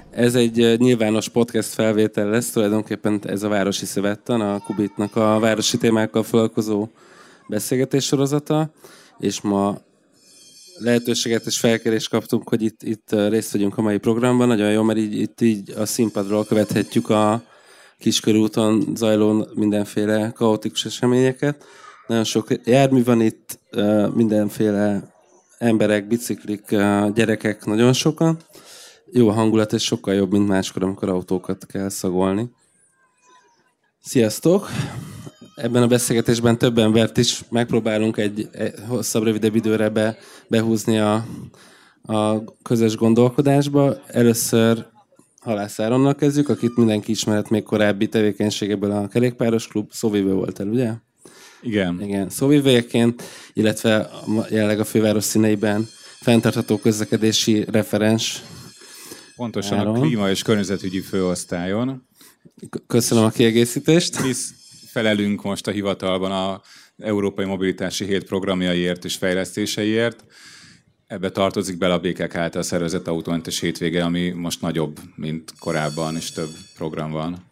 Ez egy nyilvános podcast felvétel lesz, tulajdonképpen ez a Városi Szövettan, a Kubitnak a városi témákkal foglalkozó beszélgetés sorozata, és ma lehetőséget és felkérést kaptunk, hogy itt részt vegyünk a mai programban. Nagyon jó, mert így a színpadról követhetjük a Kiskörúton zajló mindenféle kaotikus eseményeket. Nagyon sok jármű van itt, mindenféle emberek, biciklik, gyerekek, nagyon sokan. Jó a hangulat, és sokkal jobb, mint máskor, amikor autókat kell szagolni. Sziasztok! Ebben a beszélgetésben több embert is megpróbálunk egy hosszabb, rövidebb időre behúzni a közös gondolkodásba. Először Halász Áronnal kezdjük, akit mindenki ismeret még korábbi tevékenységéből, a Kerékpáros Klub. Szóvivő voltál, ugye? Igen. Szóvivőjeként, illetve jelenleg a főváros színeiben fenntartható közlekedési referens. Pontosan Áron. A klíma- és környezetügyi főosztályon. Köszönöm a kiegészítést. Mi felelünk most a hivatalban az Európai Mobilitási Hét programjaiért és fejlesztéseiért. Ebbe tartozik bele a BKK által szervezett autómentes hétvége, ami most nagyobb, mint korábban, és több program van.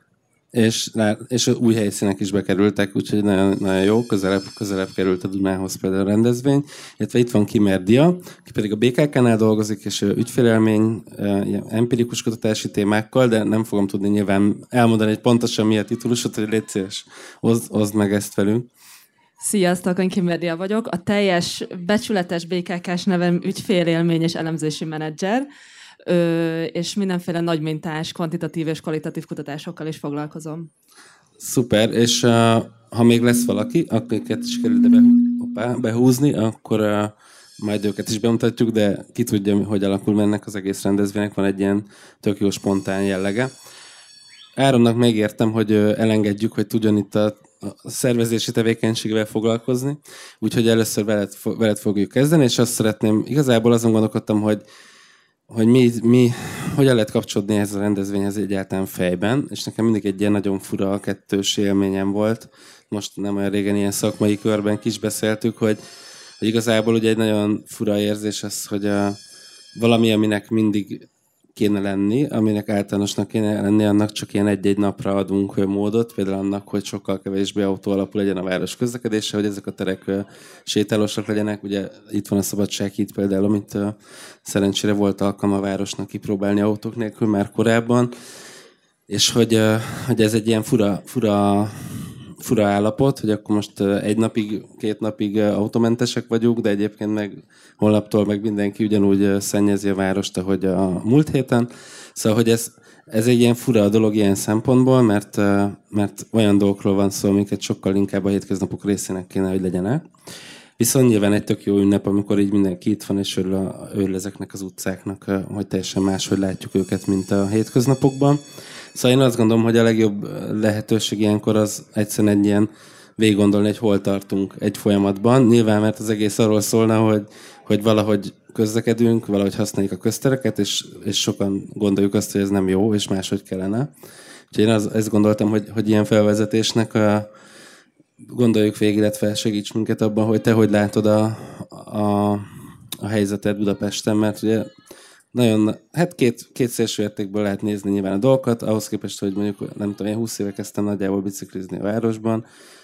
És új helyszínek is bekerültek, úgyhogy nagyon, nagyon jó, közelebb került a Dunához például a rendezvény. Illetve itt van Kimerdia, aki pedig a BKK-nál dolgozik, és ügyfélélmény, empirikus kutatási témákkal, de nem fogom tudni nyilván elmondani, hogy pontosan mi a titulusod, hogy légy szíves, oszd meg ezt velünk. Sziasztok, én Kimerdia vagyok, a teljes becsületes BKK-s nevem ügyfélélmény és elemzési menedzser, és mindenféle nagymintás, kvantitatív és kvalitatív kutatásokkal is foglalkozom. Szuper, és ha még lesz valaki, akiket is kell ide behúzni, akkor majd őket is bemutatjuk, de ki tudja, hogy alakul ennek az egész rendezvénynek, van egy ilyen tök jó spontán jellege. Áronnak megértem, hogy elengedjük, hogy tudjon itt a szervezési tevékenységvel foglalkozni, úgyhogy először veled fogjuk kezdeni, és azt szeretném, igazából azon gondolkodtam, hogy hogyan lehet kapcsolódni ehhez a rendezvényhez egyáltalán fejben, és nekem mindig egy ilyen nagyon fura kettős élményem volt. Most nem olyan régen ilyen szakmai körben is beszéltük, hogy igazából ugye egy nagyon fura érzés az, hogy valami, aminek mindig kéne lenni, aminek általánosnak kéne lenni, annak csak ilyen egy-egy napra adunk módot, például annak, hogy sokkal kevésbé autó alapú legyen a város közlekedése, hogy ezek a terek sétálósak legyenek. Ugye itt van a Szabadsághíd például, amit szerencsére volt alkalma a városnak kipróbálni autók nélkül már korábban, és hogy ez egy ilyen fura állapot, hogy akkor most egy napig, 2 napig autómentesek vagyunk, de egyébként meg holnaptól meg mindenki ugyanúgy szennyezi a várost, ahogy a múlt héten. Szóval, hogy ez egy ilyen fura dolog ilyen szempontból, mert olyan dolgokról van szó, amiket sokkal inkább a hétköznapok részének kéne, hogy legyenek. Viszont nyilván egy tök jó ünnep, amikor így mindenki itt van, és örül ezeknek az utcáknak, hogy teljesen máshogy látjuk őket, mint a hétköznapokban. Szóval én azt gondolom, hogy a legjobb lehetőség ilyenkor az egyszerűen egy ilyen végiggondolni, hogy hol tartunk egy folyamatban. Nyilván, mert az egész arról szólna, hogy valahogy közlekedünk, valahogy használjuk a köztereket, és sokan gondoljuk azt, hogy ez nem jó, és máshogy kellene. Úgyhogy én ezt gondoltam, hogy ilyen felvezetésnek gondoljuk végig, illetve segíts minket abban, hogy te hogy látod a helyzetet Budapesten, mert ugye nagyon, hát két szélső értékből lehet nézni nyilván a dolgokat, ahhoz képest, hogy mondjuk, nem tudom, én 20 éve kezdtem nagyjából biciklizni a városban,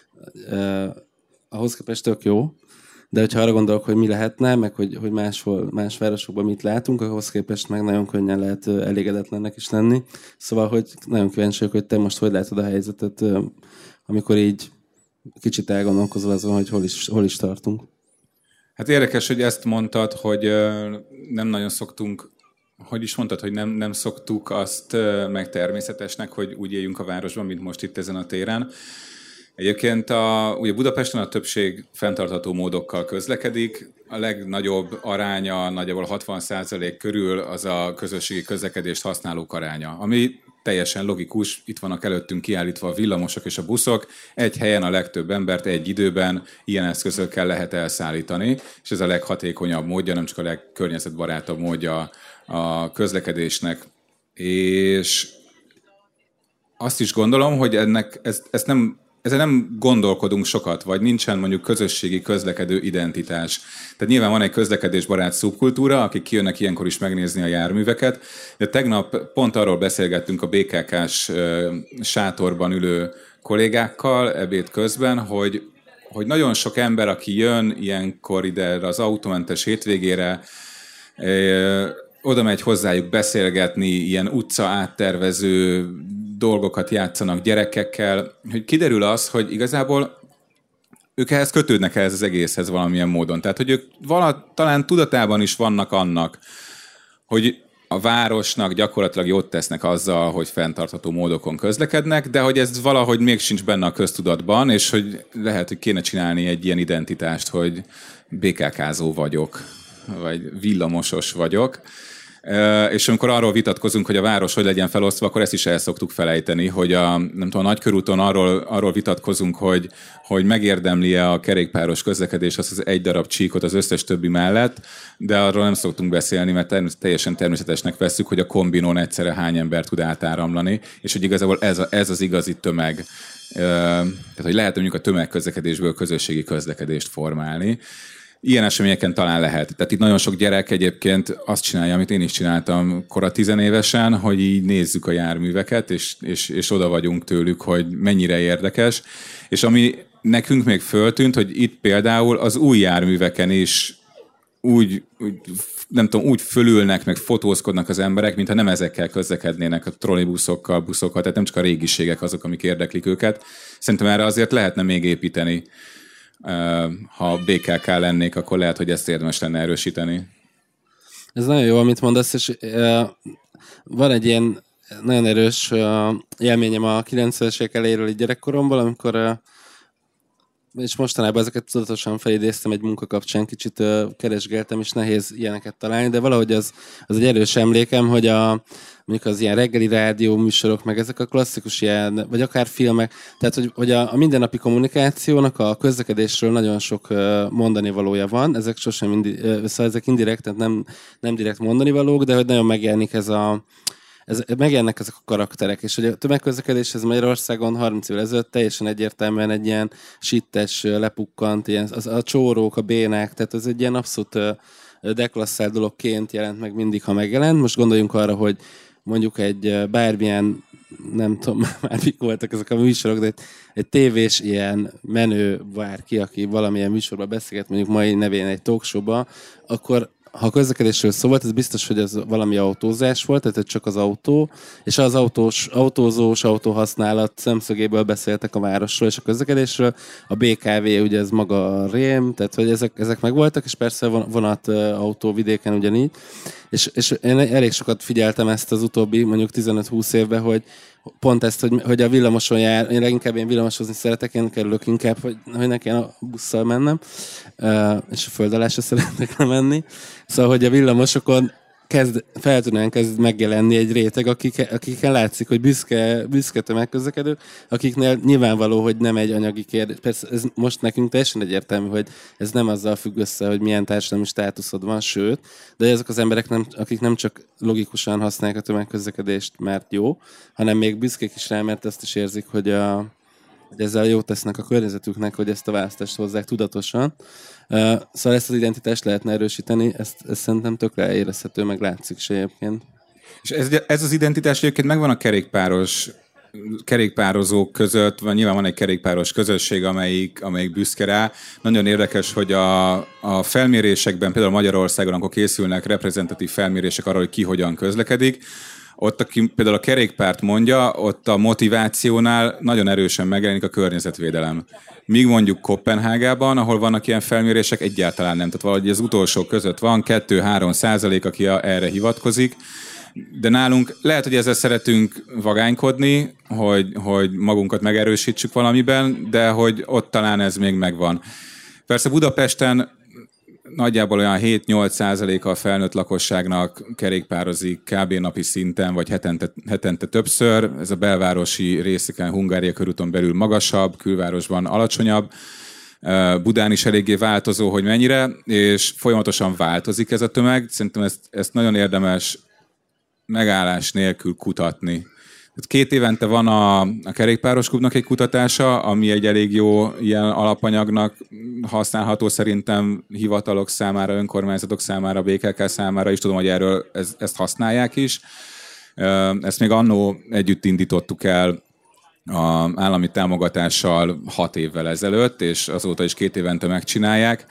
ahhoz képest tök jó, de hogyha arra gondolok, hogy mi lehetne, meg hogy más városokban mit látunk, ahhoz képest meg nagyon könnyen lehet elégedetlennek is lenni. Szóval, hogy nagyon kíváncsi vagyok, hogy te most hogy látod a helyzetet, amikor így kicsit elgondolkozol azon, hogy hol is tartunk. Hát érdekes, hogy ezt mondtad, hogy nem nagyon szoktunk, hogy is mondtad, hogy nem szoktuk azt meg természetesnek, hogy úgy éljünk a városban, mint most itt ezen a téren. Egyébként ugye Budapesten a többség fenntartható módokkal közlekedik, a legnagyobb aránya, nagyjából 60% körül az a közösségi közlekedést használók aránya, ami teljesen logikus, itt vannak előttünk kiállítva a villamosok és a buszok, egy helyen a legtöbb embert egy időben ilyen eszközökkel lehet elszállítani, és ez a leghatékonyabb módja, nem csak a legkörnyezetbarátabb módja a közlekedésnek. És azt is gondolom, hogy ezt nem ezen nem gondolkodunk sokat, vagy nincsen mondjuk közösségi közlekedő identitás. Tehát nyilván van egy közlekedésbarát szubkultúra, akik kijönnek ilyenkor is megnézni a járműveket, de tegnap pont arról beszélgettünk a BKK-s sátorban ülő kollégákkal ebéd közben, hogy nagyon sok ember, aki jön ilyenkor ide az autómentes hétvégére, oda megy hozzájuk beszélgetni, ilyen utca áttervező dolgokat játszanak gyerekekkel, hogy kiderül az, hogy igazából ők ehhez kötődnek ehhez az egészhez valamilyen módon. Tehát, hogy ők talán tudatában is vannak annak, hogy a városnak gyakorlatilag jót tesznek azzal, hogy fenntartható módokon közlekednek, de hogy ez valahogy még sincs benne a köztudatban, és hogy lehet, hogy kéne csinálni egy ilyen identitást, hogy BKK-zó vagyok, vagy villamosos vagyok. És amikor arról vitatkozunk, hogy a város hogy legyen felosztva, akkor ezt is el szoktuk felejteni, hogy a Nagykörúton arról vitatkozunk, hogy megérdemli-e a kerékpáros közlekedés azt az egy darab csíkot az összes többi mellett, de arról nem szoktunk beszélni, mert teljesen természetesnek vesszük, hogy a kombinon egyszerre hány ember tud átáramlani, és hogy igazából ez az igazi tömeg. Tehát, hogy lehet mondjuk a tömegközlekedésből közösségi közlekedést formálni. Ilyen eseményeken talán lehet. Tehát itt nagyon sok gyerek egyébként azt csinálja, amit én is csináltam kora 10 évesen, hogy így nézzük a járműveket, és oda vagyunk tőlük, hogy mennyire érdekes. És ami nekünk még föltűnt, hogy itt például az új járműveken is úgy fölülnek, meg fotózkodnak az emberek, mintha nem ezekkel közlekednének, a trollibuszokkal, buszokkal, tehát nem csak a régiségek azok, amik érdeklik őket. Szerintem erre azért lehetne még építeni. Ha BKK lennék, akkor lehet, hogy ezt érdemes lenne erősíteni. Ez nagyon jó, amit mondasz, és van egy ilyen nagyon erős élményem a 90-es évek elejéről így gyerekkoromból, amikor és mostanában ezeket tudatosan felidéztem egy munka kapcsán, kicsit keresgéltem, és nehéz ilyeneket találni, de valahogy az egy erős emlékem, hogy mondjuk az ilyen reggeli rádió műsorok, meg ezek a klasszikus ilyen, vagy akár filmek, tehát hogy a mindennapi kommunikációnak a közlekedésről nagyon sok mondani valója van, ezek sosem szóval ezek indirekt, tehát nem direkt mondani valók, de hogy nagyon megjelenik megjelennek ezek a karakterek, és hogy a tömegközlekedés ez Magyarországon 30 évvel ezelőtt teljesen egyértelműen egy ilyen sittes, lepukkant, ilyen, a csórók, a bénák, tehát ez egy ilyen abszolút deklasszált dologként jelent meg mindig, ha megjelent. Most gondoljunk arra, hogy mondjuk egy bármilyen, nem tudom, már mik voltak ezek a műsorok, de egy tévés ilyen menő bárki, aki valamilyen műsorban beszélget, mondjuk mai nevén egy talkshowba, akkor ha a közlekedésről szó volt, ez biztos, hogy ez valami autózás volt, tehát csak az autó, és az autózós autóhasználat szemszögéből beszéltek a városról és a közlekedésről. A BKV, ugye ez maga a rém, tehát hogy ezek megvoltak, és persze vonat autó vidéken ugyanígy. És én elég sokat figyeltem ezt az utóbbi, mondjuk 15-20 évben, hogy pont ezt, hogy a villamoson jár, én leginkább én villamosozni szeretek, én kerülök inkább, hogy ne kelljen a busszal mennem, és a föld alá se szeretnek menni. Szóval, hogy a villamosokon feltűnően kezd megjelenni egy réteg, akiken látszik, hogy büszke tömegközlekedők, akiknél nyilvánvaló, hogy nem egy anyagi kérdés. Persze ez most nekünk teljesen egyértelmű, hogy ez nem azzal függ össze, hogy milyen társadalmi státuszod van, sőt, de ezek az emberek, akik nem csak logikusan használják a tömegközlekedést, mert jó, hanem még büszkék is rá, mert azt is érzik, hogy ezzel jót tesznek a környezetüknek, hogy ezt a választást hozzák tudatosan. Szóval ezt az identitást lehetne erősíteni, ezt szerintem tökre érezhető, meg látszik se egyébként. És ez az identitás egyébként megvan a kerékpározók között, nyilván van egy kerékpáros közösség, amelyik büszke rá. Nagyon érdekes, hogy a felmérésekben, például Magyarországon, amikor készülnek reprezentatív felmérések arról, hogy ki hogyan közlekedik, ott, aki például a kerékpárt mondja, ott a motivációnál nagyon erősen megjelenik a környezetvédelem. Míg mondjuk Koppenhágában, ahol vannak ilyen felmérések, egyáltalán nem. Tehát valahogy az utolsók között van 2-3%, aki erre hivatkozik. De nálunk lehet, hogy ezzel szeretünk vagánykodni, hogy magunkat megerősítsük valamiben, de hogy ott talán ez még megvan. Persze Budapesten nagyjából olyan 7-8% a felnőtt lakosságnak kerékpározik kb. Napi szinten, vagy hetente többször. Ez a belvárosi részeken, Hungária körúton belül magasabb, külvárosban alacsonyabb. Budán is eléggé változó, hogy mennyire, és folyamatosan változik ez a tömeg. Szerintem ezt nagyon érdemes megállás nélkül kutatni. 2 évente van a kerékpáros klubnak egy kutatása, ami egy elég jó ilyen alapanyagnak használható szerintem hivatalok számára, önkormányzatok számára, BKK számára is. Tudom, hogy erről ezt használják is. Ezt még annó együtt indítottuk el az állami támogatással 6 évvel ezelőtt, és azóta is 2 évente megcsinálják.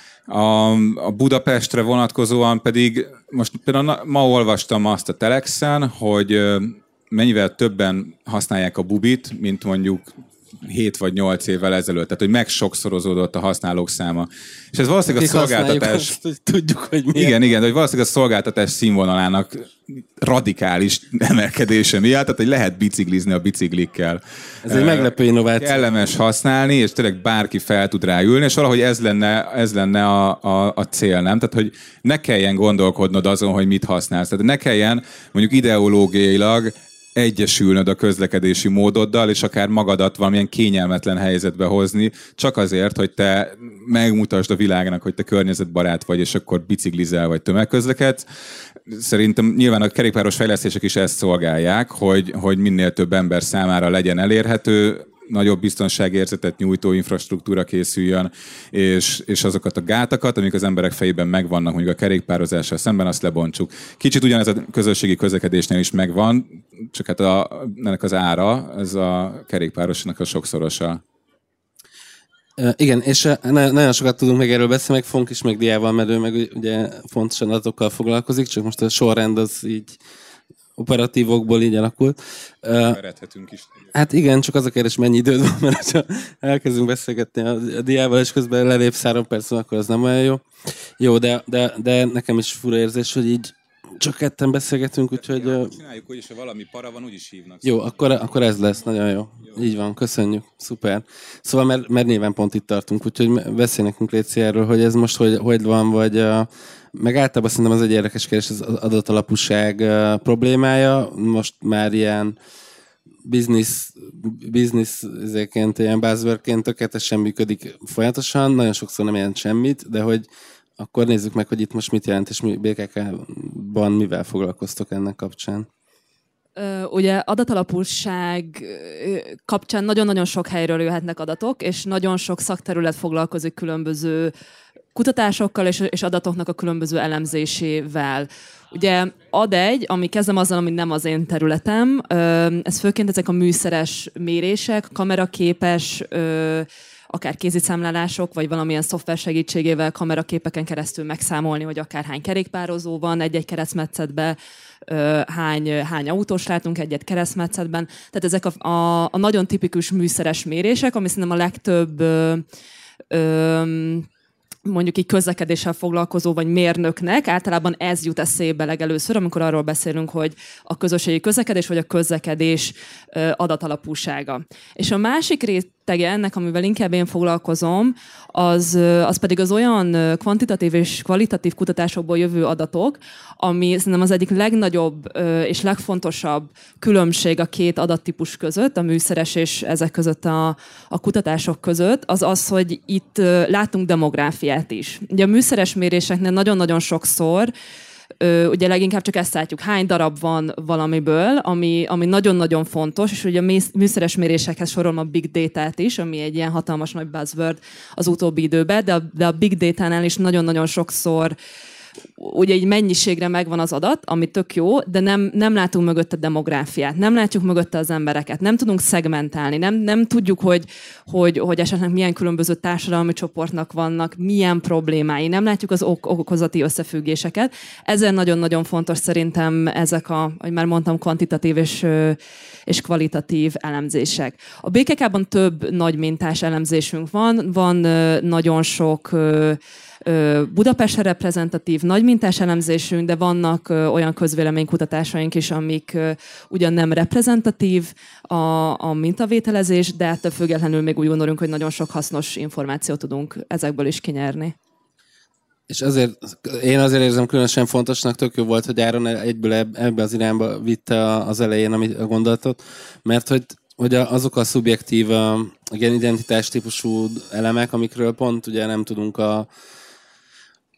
A Budapestre vonatkozóan pedig most például ma olvastam azt a Telexen, hogy mennyivel többen használják a Bubit, mint mondjuk 7 vagy 8 évvel ezelőtt. Tehát, hogy megsokszorozódott a használók száma. És ez valószínűleg a szolgáltatás... Azt, hogy tudjuk, hogy miért. Igen, hogy valószínűleg a szolgáltatás színvonalának radikális emelkedése miatt, tehát hogy lehet biciklizni a biciklikkel. Ez egy meglepő innováció. Kellemes használni, és tényleg bárki fel tud rá ülni, és valahogy ez lenne a cél, nem? Tehát, hogy ne kelljen gondolkodnod azon, hogy mit használsz. Tehát ne kelljen mondjuk ideológiailag egyesülnöd a közlekedési módoddal, és akár magadat valamilyen kényelmetlen helyzetbe hozni, csak azért, hogy te megmutasd a világnak, hogy te környezetbarát vagy, és akkor biciklizel, vagy tömegközlekedsz. Szerintem nyilván a kerékpáros fejlesztések is ezt szolgálják, hogy minél több ember számára legyen elérhető, nagyobb biztonságérzetet nyújtó infrastruktúra készüljön, és azokat a gátakat, amik az emberek fejében megvannak, mondjuk a kerékpározással szemben, azt lebontsuk. Kicsit ugyanez a közösségi közlekedésnél is megvan, csak hát ennek az ára, ez a kerékpárosnak a sokszorosa. Igen, és nagyon sokat tudunk meg erről beszélni, meg Fonk is meg Diával, mert ő meg ugye fontosan adatokkal foglalkozik, csak most a sorrend az így operatívokból így alakult. Verethetünk is. Hát igen, csak az a kérdés, mennyi időd van, mert ha elkezdünk beszélgetni a Diával, és közben lelépsz 3 percen, akkor az nem olyan jó. Jó, de nekem is fura érzés, hogy így csak ketten beszélgetünk, úgyhogy... Csináljuk, úgyis, ha valami para van, úgyis hívnak. Jó, akkor ez lesz, nagyon jó. Így van, köszönjük, szuper. Szóval, mert nyilván pont itt tartunk, úgyhogy beszélj nekünk Léci erről, hogy ez most hogy van, vagy... Meg általában szerintem az egy érdekes kérdés, az adatalapúság problémája. Most már ilyen business ezért ilyen buzzwordként tökéletesen működik folyamatosan, nagyon sokszor nem jelent semmit, de hogy akkor nézzük meg, hogy itt most mit jelent, és mi BKK-ban mivel foglalkoztok ennek kapcsán. Ugye adatalapúság kapcsán nagyon-nagyon sok helyről jöhetnek adatok, és nagyon sok szakterület foglalkozik különböző kutatásokkal és adatoknak a különböző elemzésével. Ugye ad1, ami kezdem azzal, ami nem az én területem, ez főként ezek a műszeres mérések, kameraképes, akár kéziszámlálások, vagy valamilyen szoftver segítségével kameraképeken keresztül megszámolni, hogy akár hány kerékpározó van egy-egy keresztmetszetben, hány autós látunk egy-egy keresztmetszetben. Tehát ezek a nagyon tipikus műszeres mérések, ami szerintem a legtöbb mondjuk így közlekedéssel foglalkozó vagy mérnöknek általában ez jut eszébe legelőször, amikor arról beszélünk, hogy a közösségi közlekedés vagy a közlekedés adatalapúsága. És a másik rétege ennek, amivel inkább én foglalkozom, az pedig az olyan kvantitatív és kvalitatív kutatásokból jövő adatok, ami szerintem az egyik legnagyobb és legfontosabb különbség a két adattípus között, a műszeres és ezek között a kutatások között, az, hogy itt látunk demográfiát is. Ugye a műszeres méréseknél nagyon-nagyon sokszor ugye leginkább csak ezt látjuk, hány darab van valamiből, ami nagyon-nagyon fontos, és ugye a műszeres mérésekhez sorolom a big data-t is, ami egy ilyen hatalmas nagy buzzword az utóbbi időben, de a big data-nál is nagyon-nagyon sokszor ugye egy mennyiségre megvan az adat, ami tök jó, de nem látunk mögötte demográfiát, nem látjuk mögötte az embereket, nem tudunk szegmentálni, nem tudjuk, hogy esetleg milyen különböző társadalmi csoportnak vannak, milyen problémái, nem látjuk az okozati összefüggéseket. Ezzel nagyon-nagyon fontos szerintem ezek ahogy már mondtam, kvantitatív és kvalitatív elemzések. A BKK-ban több nagy mintás elemzésünk van nagyon sok Budapestre reprezentatív nagymintás elemzésünk, de vannak olyan közvéleménykutatásaink is, amik ugyan nem reprezentatív a mintavételezés, de ettől függetlenül még úgy gondolunk, hogy nagyon sok hasznos információt tudunk ezekből is kinyerni. És én azért érzem különösen fontosnak, tök jó volt, hogy Áron egyből ebbe az irányba vitte az elején a gondolatot, mert hogy azok a szubjektív ilyen identitás típusú elemek, amikről pont ugye nem tudunk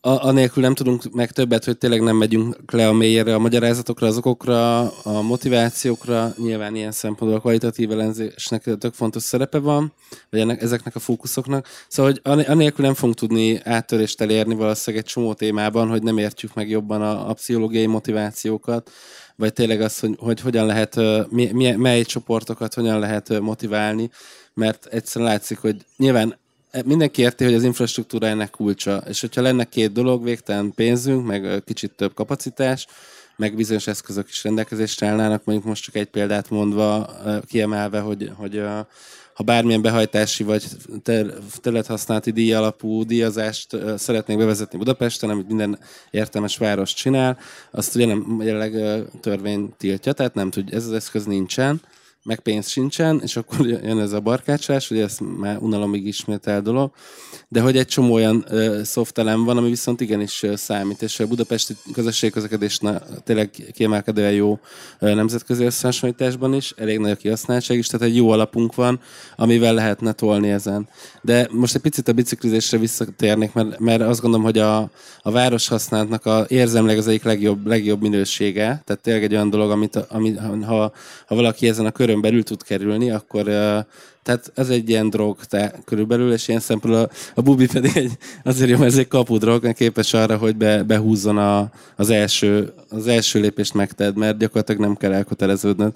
anélkül nem tudunk meg többet, hogy tényleg nem megyünk le a mélyére a magyarázatokra, az okokra, a motivációkra. Nyilván ilyen szempontból a kvalitatív elemzésnek tök fontos szerepe van, vagy ezeknek a fókuszoknak. Szóval, hogy anélkül nem fogunk tudni áttörést elérni valószínűleg egy csomó témában, hogy nem értjük meg jobban a pszichológiai motivációkat, vagy tényleg az, hogy hogyan lehet, mely csoportokat hogyan lehet motiválni, mert egyszerűen látszik, hogy nyilván mindenki érti, hogy az infrastruktúra ennek kulcsa, és hogyha lenne két dolog, végtelen pénzünk, meg kicsit több kapacitás, meg bizonyos eszközök is rendelkezésre állnának, mondjuk most csak egy példát mondva, kiemelve, hogy ha bármilyen behajtási vagy területhasználati díj alapú díjazást szeretnék bevezetni Budapesten, amit minden értelmes város csinál, azt ugye nem jelenleg törvény tiltja, tehát nem tud, ez az eszköz nincsen, meg pénz sincsen, és akkor jön ez a barkácsolás, ugye ez már unalomig ismételt dolog, de hogy egy csomó olyan szoftelem van, ami viszont igenis számít, és a budapesti közösségközlekedés tényleg kiemelkedően jó nemzetközi összehasonlításban is, elég nagy a kihasználtság is, tehát egy jó alapunk van, amivel lehetne tolni ezen. De most egy picit a biciklizésre visszatérnék, mert azt gondolom, hogy a városhasználatnak érzelmileg az egyik legjobb minősége, tehát tényleg egy olyan dolog, amit ha valaki ezen a körön belül tud kerülni, akkor tehát ez egy ilyen drog körülbelül, és ilyen szempontból a bubi pedig azért jó, ez egy kapudrog, képes arra, hogy behúzzon az első lépést megted, mert gyakorlatilag nem kell elköteleződnöd.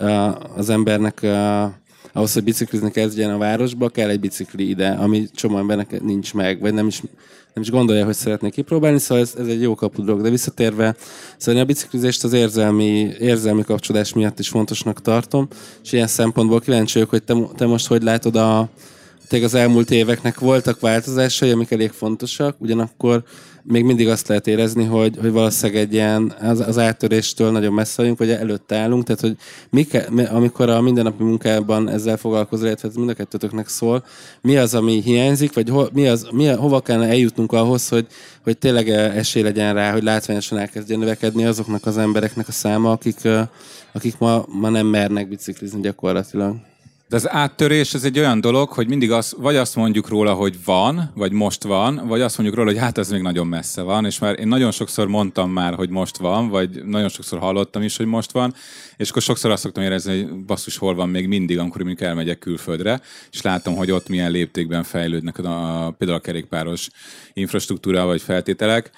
Az embernek ahhoz, hogy biciklizni kezdjen a városba, kell egy bicikli ide, ami csomó embernek nincs meg, vagy nem is gondolja, hogy szeretné kipróbálni, szóval ez egy jó kapudrog. De visszatérve, szóval a biciklizést az érzelmi kapcsolódás miatt is fontosnak tartom, és ilyen szempontból kíváncsi vagyok, hogy te most hogy látod tényleg az elmúlt éveknek voltak változásai, amik elég fontosak, ugyanakkor még mindig azt lehet érezni, hogy valószínűleg egy ilyen az áttöréstől nagyon messze vagyunk, vagy előtte állunk, tehát hogy amikor a mindennapi munkában ezzel foglalkozol, illetve mind a kettőtöknek szól, mi az, ami hiányzik, vagy hova kellene eljutnunk ahhoz, hogy tényleg esély legyen rá, hogy látványosan elkezdjen növekedni azoknak az embereknek a száma, akik ma nem mernek biciklizni gyakorlatilag. De az áttörés ez egy olyan dolog, hogy mindig vagy azt mondjuk róla, hogy van, vagy most van, vagy azt mondjuk róla, hogy hát ez még nagyon messze van, és már én nagyon sokszor mondtam már, hogy most van, vagy nagyon sokszor hallottam is, hogy most van, és akkor sokszor azt szoktam érezni, hogy basszus, hol van még mindig, amikor mondjuk elmegyek külföldre, és látom, hogy ott milyen léptékben fejlődnek például a kerékpáros infrastruktúra vagy feltételek.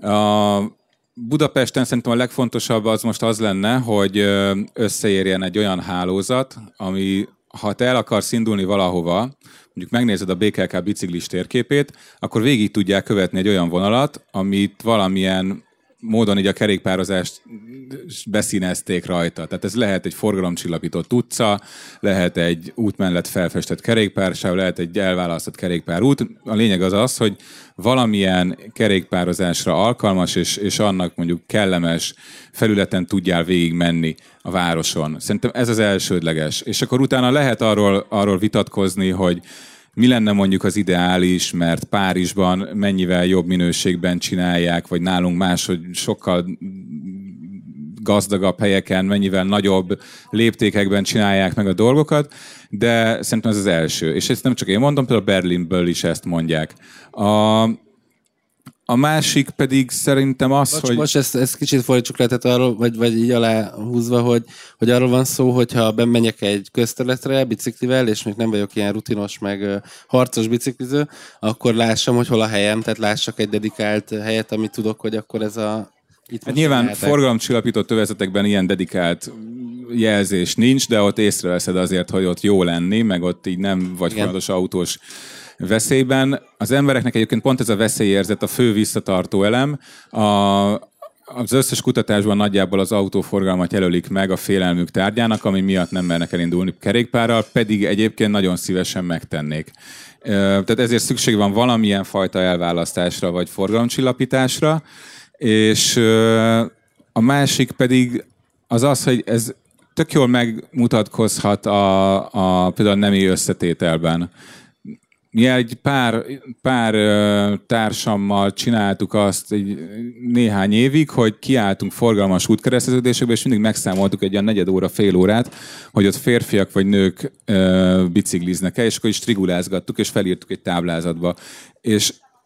Budapesten szerintem a legfontosabb az most az lenne, hogy összeérjen egy olyan hálózat, ami ha te el akarsz indulni valahova, mondjuk megnézed a BKK biciklis térképét, akkor végig tudják követni egy olyan vonalat, amit valamilyen módon így a kerékpározást beszínezték rajta. Tehát ez lehet egy forgalomcsillapított utca, lehet egy út mellett felfestett kerékpársáv, lehet egy elválasztott kerékpárút. A lényeg az, hogy valamilyen kerékpározásra alkalmas és annak mondjuk kellemes felületen tudjál végig menni a városon. Szerintem ez az elsődleges. És akkor utána lehet arról vitatkozni, hogy mi lenne mondjuk az ideális, mert Párizsban mennyivel jobb minőségben csinálják, vagy nálunk máshogy sokkal gazdagabb helyeken, mennyivel nagyobb léptékekben csinálják meg a dolgokat, de szerintem ez az első. És ezt nem csak én mondom, például Berlinből is ezt mondják. A másik pedig szerintem az, hogy... Most ezt kicsit fordítsuk le, tehát arról, vagy így aláhúzva, hogy arról van szó, hogyha bemegyek egy közterületre biciklivel, és még nem vagyok ilyen rutinos, meg harcos bicikliző, akkor lássam, hogy hol a helyem, tehát lássak egy dedikált helyet, amit tudok, hogy akkor ez a... Hát nyilván forgalomcsillapított övezetekben ilyen dedikált jelzés nincs, de ott észreveszed azért, hogy ott jó lenni, meg ott így nem vagy folyamatos autós veszélyben. Az embereknek egyébként pont ez a veszélyérzet a fő visszatartó elem. Az összes kutatásban nagyjából az autóforgalmat jelölik meg a félelmük tárgyának, ami miatt nem mernek elindulni kerékpárral, pedig egyébként nagyon szívesen megtennék. Tehát ezért szükség van valamilyen fajta elválasztásra vagy forgalomcsillapításra, és a másik pedig az, hogy ez tök jól megmutatkozhat például a nemi összetételben. Mi egy pár társammal csináltuk azt néhány évig, hogy kiálltunk forgalmas útkereszteződésekbe, és mindig megszámoltuk egy olyan negyed óra, fél órát, hogy ott férfiak vagy nők bicikliznek el, és akkor is trigulázgattuk, és felírtuk egy táblázatba. És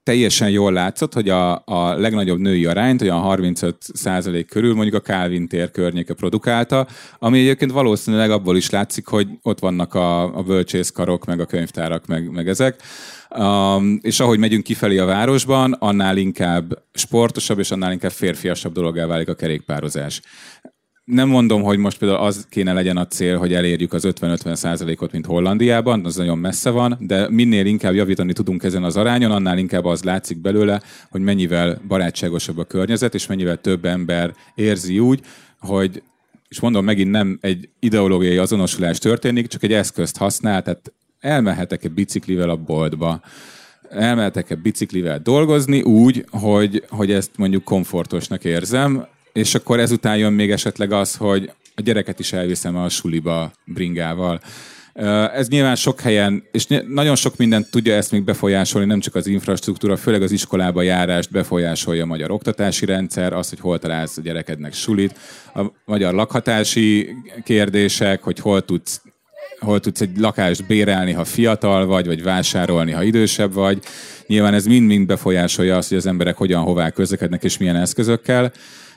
teljesen jól látszott, hogy a legnagyobb női arányt, olyan 35% körül mondjuk a Kálvin tér környéke produkálta, ami egyébként valószínűleg abból is látszik, hogy ott vannak a bölcsészkarok, meg a könyvtárak, meg ezek. És ahogy megyünk kifelé a városban, annál inkább sportosabb és annál inkább férfiasabb dologgá válik a kerékpározás. Nem mondom, hogy most például az kéne legyen a cél, hogy elérjük az 50-50%-ot, mint Hollandiában, az nagyon messze van, de minél inkább javítani tudunk ezen az arányon, annál inkább az látszik belőle, hogy mennyivel barátságosabb a környezet, és mennyivel több ember érzi úgy, hogy, és mondom, megint nem egy ideológiai azonosulás történik, csak egy eszközt használ, tehát elmehetek-e biciklivel a boltba, elmehetek-e biciklivel dolgozni úgy, hogy ezt mondjuk komfortosnak érzem, és akkor ezután jön még esetleg az, hogy a gyereket is elviszem a suliba bringával. Ez nyilván sok helyen, és nagyon sok mindent tudja ezt még befolyásolni, nem csak az infrastruktúra, főleg az iskolába járást befolyásolja a magyar oktatási rendszer, az, hogy hol találsz a gyerekednek sulit, a magyar lakhatási kérdések, hogy hol tudsz egy lakást bérelni, ha fiatal vagy vásárolni, ha idősebb vagy. Nyilván ez mind-mind befolyásolja azt, hogy az emberek hogyan, hová közlekednek és milyen eszközökkel.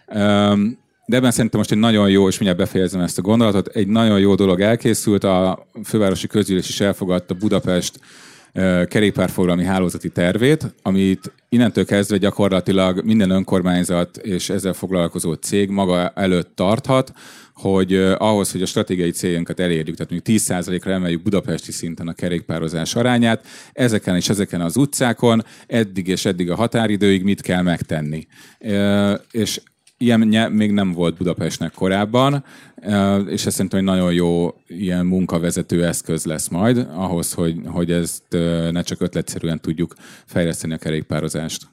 De ebben szerintem most egy nagyon jó, és mindjárt befejezem ezt a gondolatot, egy nagyon jó dolog elkészült, a fővárosi közgyűlés is elfogadta Budapest kerékpárforgalmi hálózati tervét, amit innentől kezdve gyakorlatilag minden önkormányzat és ezzel foglalkozó cég maga előtt tarthat, hogy ahhoz, hogy a stratégiai céljainkat elérjük, tehát mondjuk 10%-ra emeljük budapesti szinten a kerékpározás arányát, ezeken az utcákon eddig a határidőig mit kell megtenni. És ilyen még nem volt Budapestnek korábban, és ez szerintem egy nagyon jó ilyen munkavezető eszköz lesz majd ahhoz, hogy ezt ne csak ötletszerűen tudjuk fejleszteni a kerékpározást.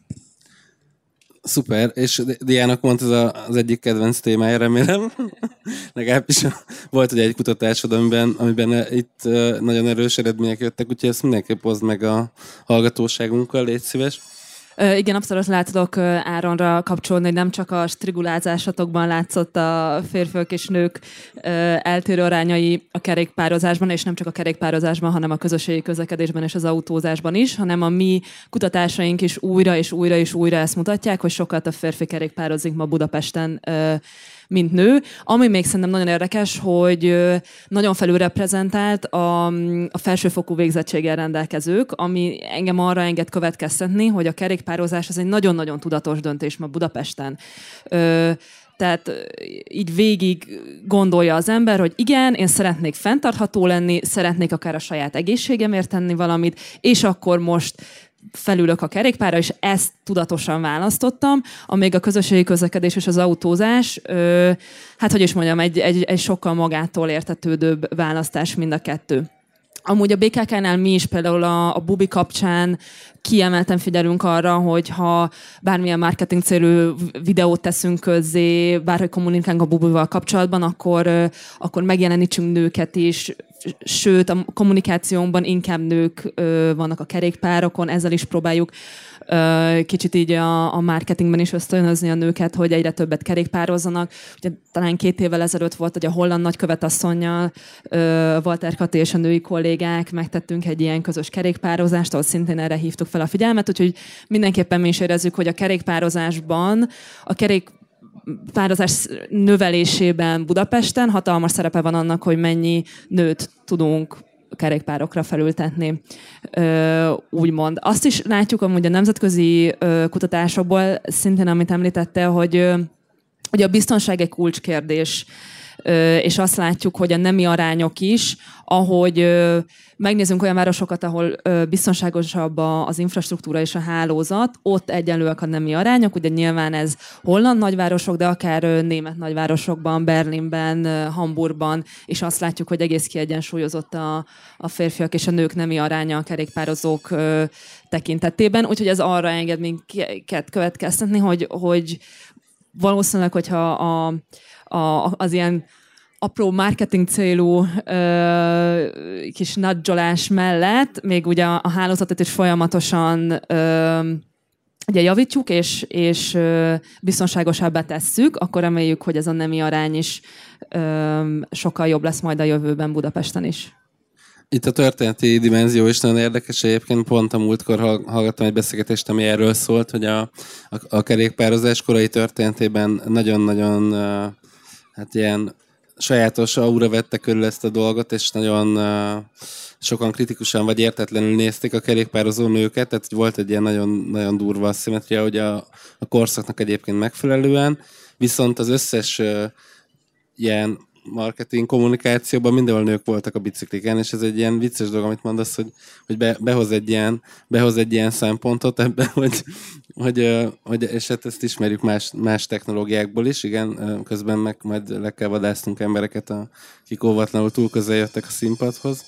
Szuper, és Diának mondta, ez az egyik kedvenc témája, remélem. Legalábbis volt ugye egy kutatásod, amiben itt nagyon erős eredmények jöttek, úgyhogy ezt mindenképp hozd meg a hallgatóságunkkal, légy szíves. Igen, abszolút látodok Áronra kapcsolni, hogy nem csak a strigulázásatokban látszott a férfiak és nők eltérő arányai a kerékpározásban, és nem csak a kerékpározásban, hanem a közösségi közlekedésben és az autózásban is, hanem a mi kutatásaink is újra és újra és újra ezt mutatják, hogy sokkal több férfi kerékpározik ma Budapesten, mint nő. Ami még szerintem nagyon érdekes, hogy nagyon felülreprezentált a felsőfokú végzettséggel rendelkezők, ami engem arra enged következtetni, hogy a kerékpározás az egy nagyon-nagyon tudatos döntés ma Budapesten. Tehát így végig gondolja az ember, hogy igen, én szeretnék fenntartható lenni, szeretnék akár a saját egészségemért tenni valamit, és akkor most felülök a kerékpárra, és ezt tudatosan választottam, amíg a közösségi közlekedés és az autózás, hát hogy is mondjam, egy sokkal magától értetődőbb választás mind a kettő. Amúgy a BKK-nál mi is például a Bubi kapcsán kiemelten figyelünk arra, hogy ha bármilyen marketing célú videót teszünk közzé, bárhogy kommunikálunk a Bubival kapcsolatban, akkor megjelenítsünk nőket is, sőt a kommunikációnkban inkább nők vannak a kerékpárokon, ezzel is próbáljuk kicsit így a marketingben is ösztönözni a nőket, hogy egyre többet kerékpározzanak. Ugye, talán 2 évvel ezelőtt volt, hogy a holland nagykövetasszonnyal, Walter Kati és a női kollégák megtettünk egy ilyen közös kerékpározást, ahol szintén erre hívtuk fel a figyelmet, úgyhogy mindenképpen mi is érezzük, hogy a kerékpározásban, a kerékpározás növelésében Budapesten hatalmas szerepe van annak, hogy mennyi nőt tudunk kerékpárokra felültetni, úgymond. Azt is látjuk amúgy a nemzetközi kutatásokból, szintén amit említette, hogy a biztonság egy kulcskérdés, és azt látjuk, hogy a nemi arányok is, ahogy megnézzünk olyan városokat, ahol biztonságosabb az infrastruktúra és a hálózat, ott egyenlőek a nemi arányok, ugye nyilván ez holland nagyvárosok, de akár német nagyvárosokban, Berlinben, Hamburgban, és azt látjuk, hogy egész kiegyensúlyozott a férfiak és a nők nemi aránya a kerékpározók tekintetében, úgyhogy ez arra enged minket következtetni, hogy valószínűleg, hogyha az ilyen apró marketing célú kis nadzsolás mellett még ugye a hálózatot is folyamatosan ugye javítjuk, és biztonságosabbá tesszük, akkor reméljük, hogy ez a nemi arány is sokkal jobb lesz majd a jövőben Budapesten is. itt a történeti dimenzió is nagyon érdekes. Egyébként pont a múltkor hallgattam egy beszélgetést, ami erről szólt, hogy a kerékpározás korai történetében nagyon-nagyon hát ilyen sajátos aura vette körül ezt a dolgot, és nagyon sokan kritikusan vagy értetlenül nézték a kerékpározó nőket, tehát volt egy ilyen nagyon, nagyon durva asszimetria, hogy a korszaknak egyébként megfelelően, viszont az összes ilyen marketing kommunikációban mindenhol nők voltak a bicikliken, és ez egy ilyen vicces dolog, amit mondasz, hogy behoz egy ilyen szempontot ebben, hogy és hát ezt ismerjük más technológiákból is, igen, közben meg majd le kell vadásznunk embereket, akik óvatlanul túl közel jöttek a színpadhoz.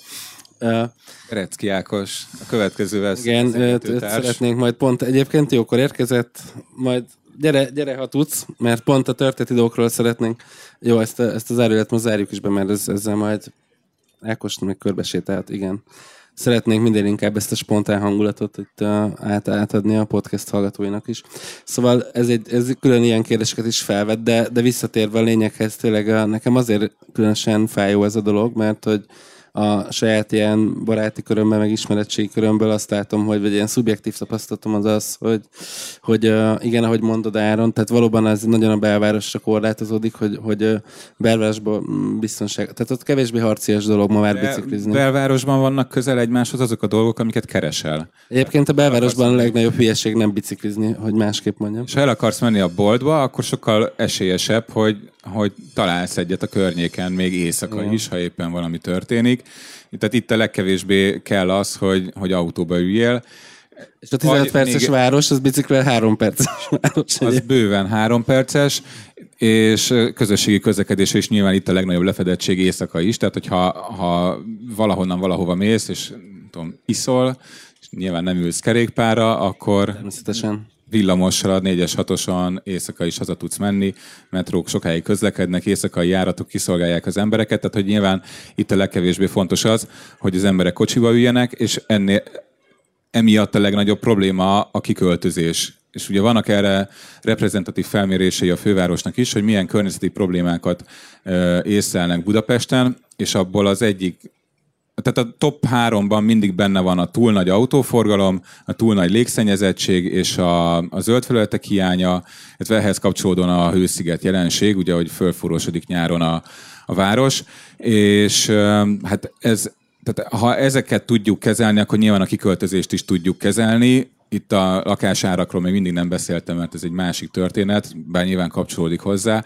Recki Ákos, a következővel igen, szeretnénk majd pont, egyébként jókor érkezett, majd gyere, ha tudsz, mert pont a történeti dolgokról szeretnénk. Jó, ezt az zárójelet most zárjuk is be, mert ezzel majd Ákos még körbesétált, igen. Szeretnénk minden inkább ezt a spontán hangulatot itt átadni a podcast hallgatóinak is. Szóval ez külön ilyen kérdéseket is felvet, de visszatérve a lényeghez, tényleg nekem azért különösen fájó ez a dolog, mert hogy a saját ilyen baráti körömben, meg ismeretségi körömből azt látom, hogy vagy ilyen szubjektív tapasztalatom az, hogy igen, ahogy mondod Áron, tehát valóban ez nagyon a belvárosra korlátozódik, hogy belvárosban biztonság, tehát ott kevésbé harcias dolog ma már biciklizni. Belvárosban vannak közel egymáshoz azok a dolgok, amiket keresel. Egyébként a belvárosban a legnagyobb hülyeség nem biciklizni, hogy másképp mondjam. És ha el akarsz menni a boltba, akkor sokkal esélyesebb, hogy találsz egyet a környéken, még éjszaka is, ha éppen valami történik. Tehát itt a legkevésbé kell az, hogy autóba üljél. És a 15 perces város, az biciklivel 3 perces város. Az bőven 3 perces, és közösségi közlekedésre is nyilván itt a legnagyobb lefedettség éjszaka is. Tehát, hogyha valahonnan valahova mész, és tudom, iszol, és nyilván nem ülsz kerékpárra, akkor... Természetesen. Villamossal, 4-es, 6-oson éjszaka is haza tudsz menni, metrók sokáig közlekednek, éjszakai járatok kiszolgálják az embereket, tehát hogy nyilván itt a legkevésbé fontos az, hogy az emberek kocsiba üljenek, és emiatt a legnagyobb probléma a kiköltözés. És ugye vannak erre reprezentatív felmérései a fővárosnak is, hogy milyen környezeti problémákat észlelnek Budapesten, és abból az egyik, tehát a top 3-ban mindig benne van a túl nagy autóforgalom, a túl nagy légszennyezettség és a zöld felületek hiánya, illetve ehhez kapcsolódóan a hősziget jelenség, ugye, hogy fölfúrósodik nyáron a város, és hát tehát ha ezeket tudjuk kezelni, akkor nyilván a kiköltözést is tudjuk kezelni. Itt a lakásárakról még mindig nem beszéltem, mert ez egy másik történet, bár nyilván kapcsolódik hozzá.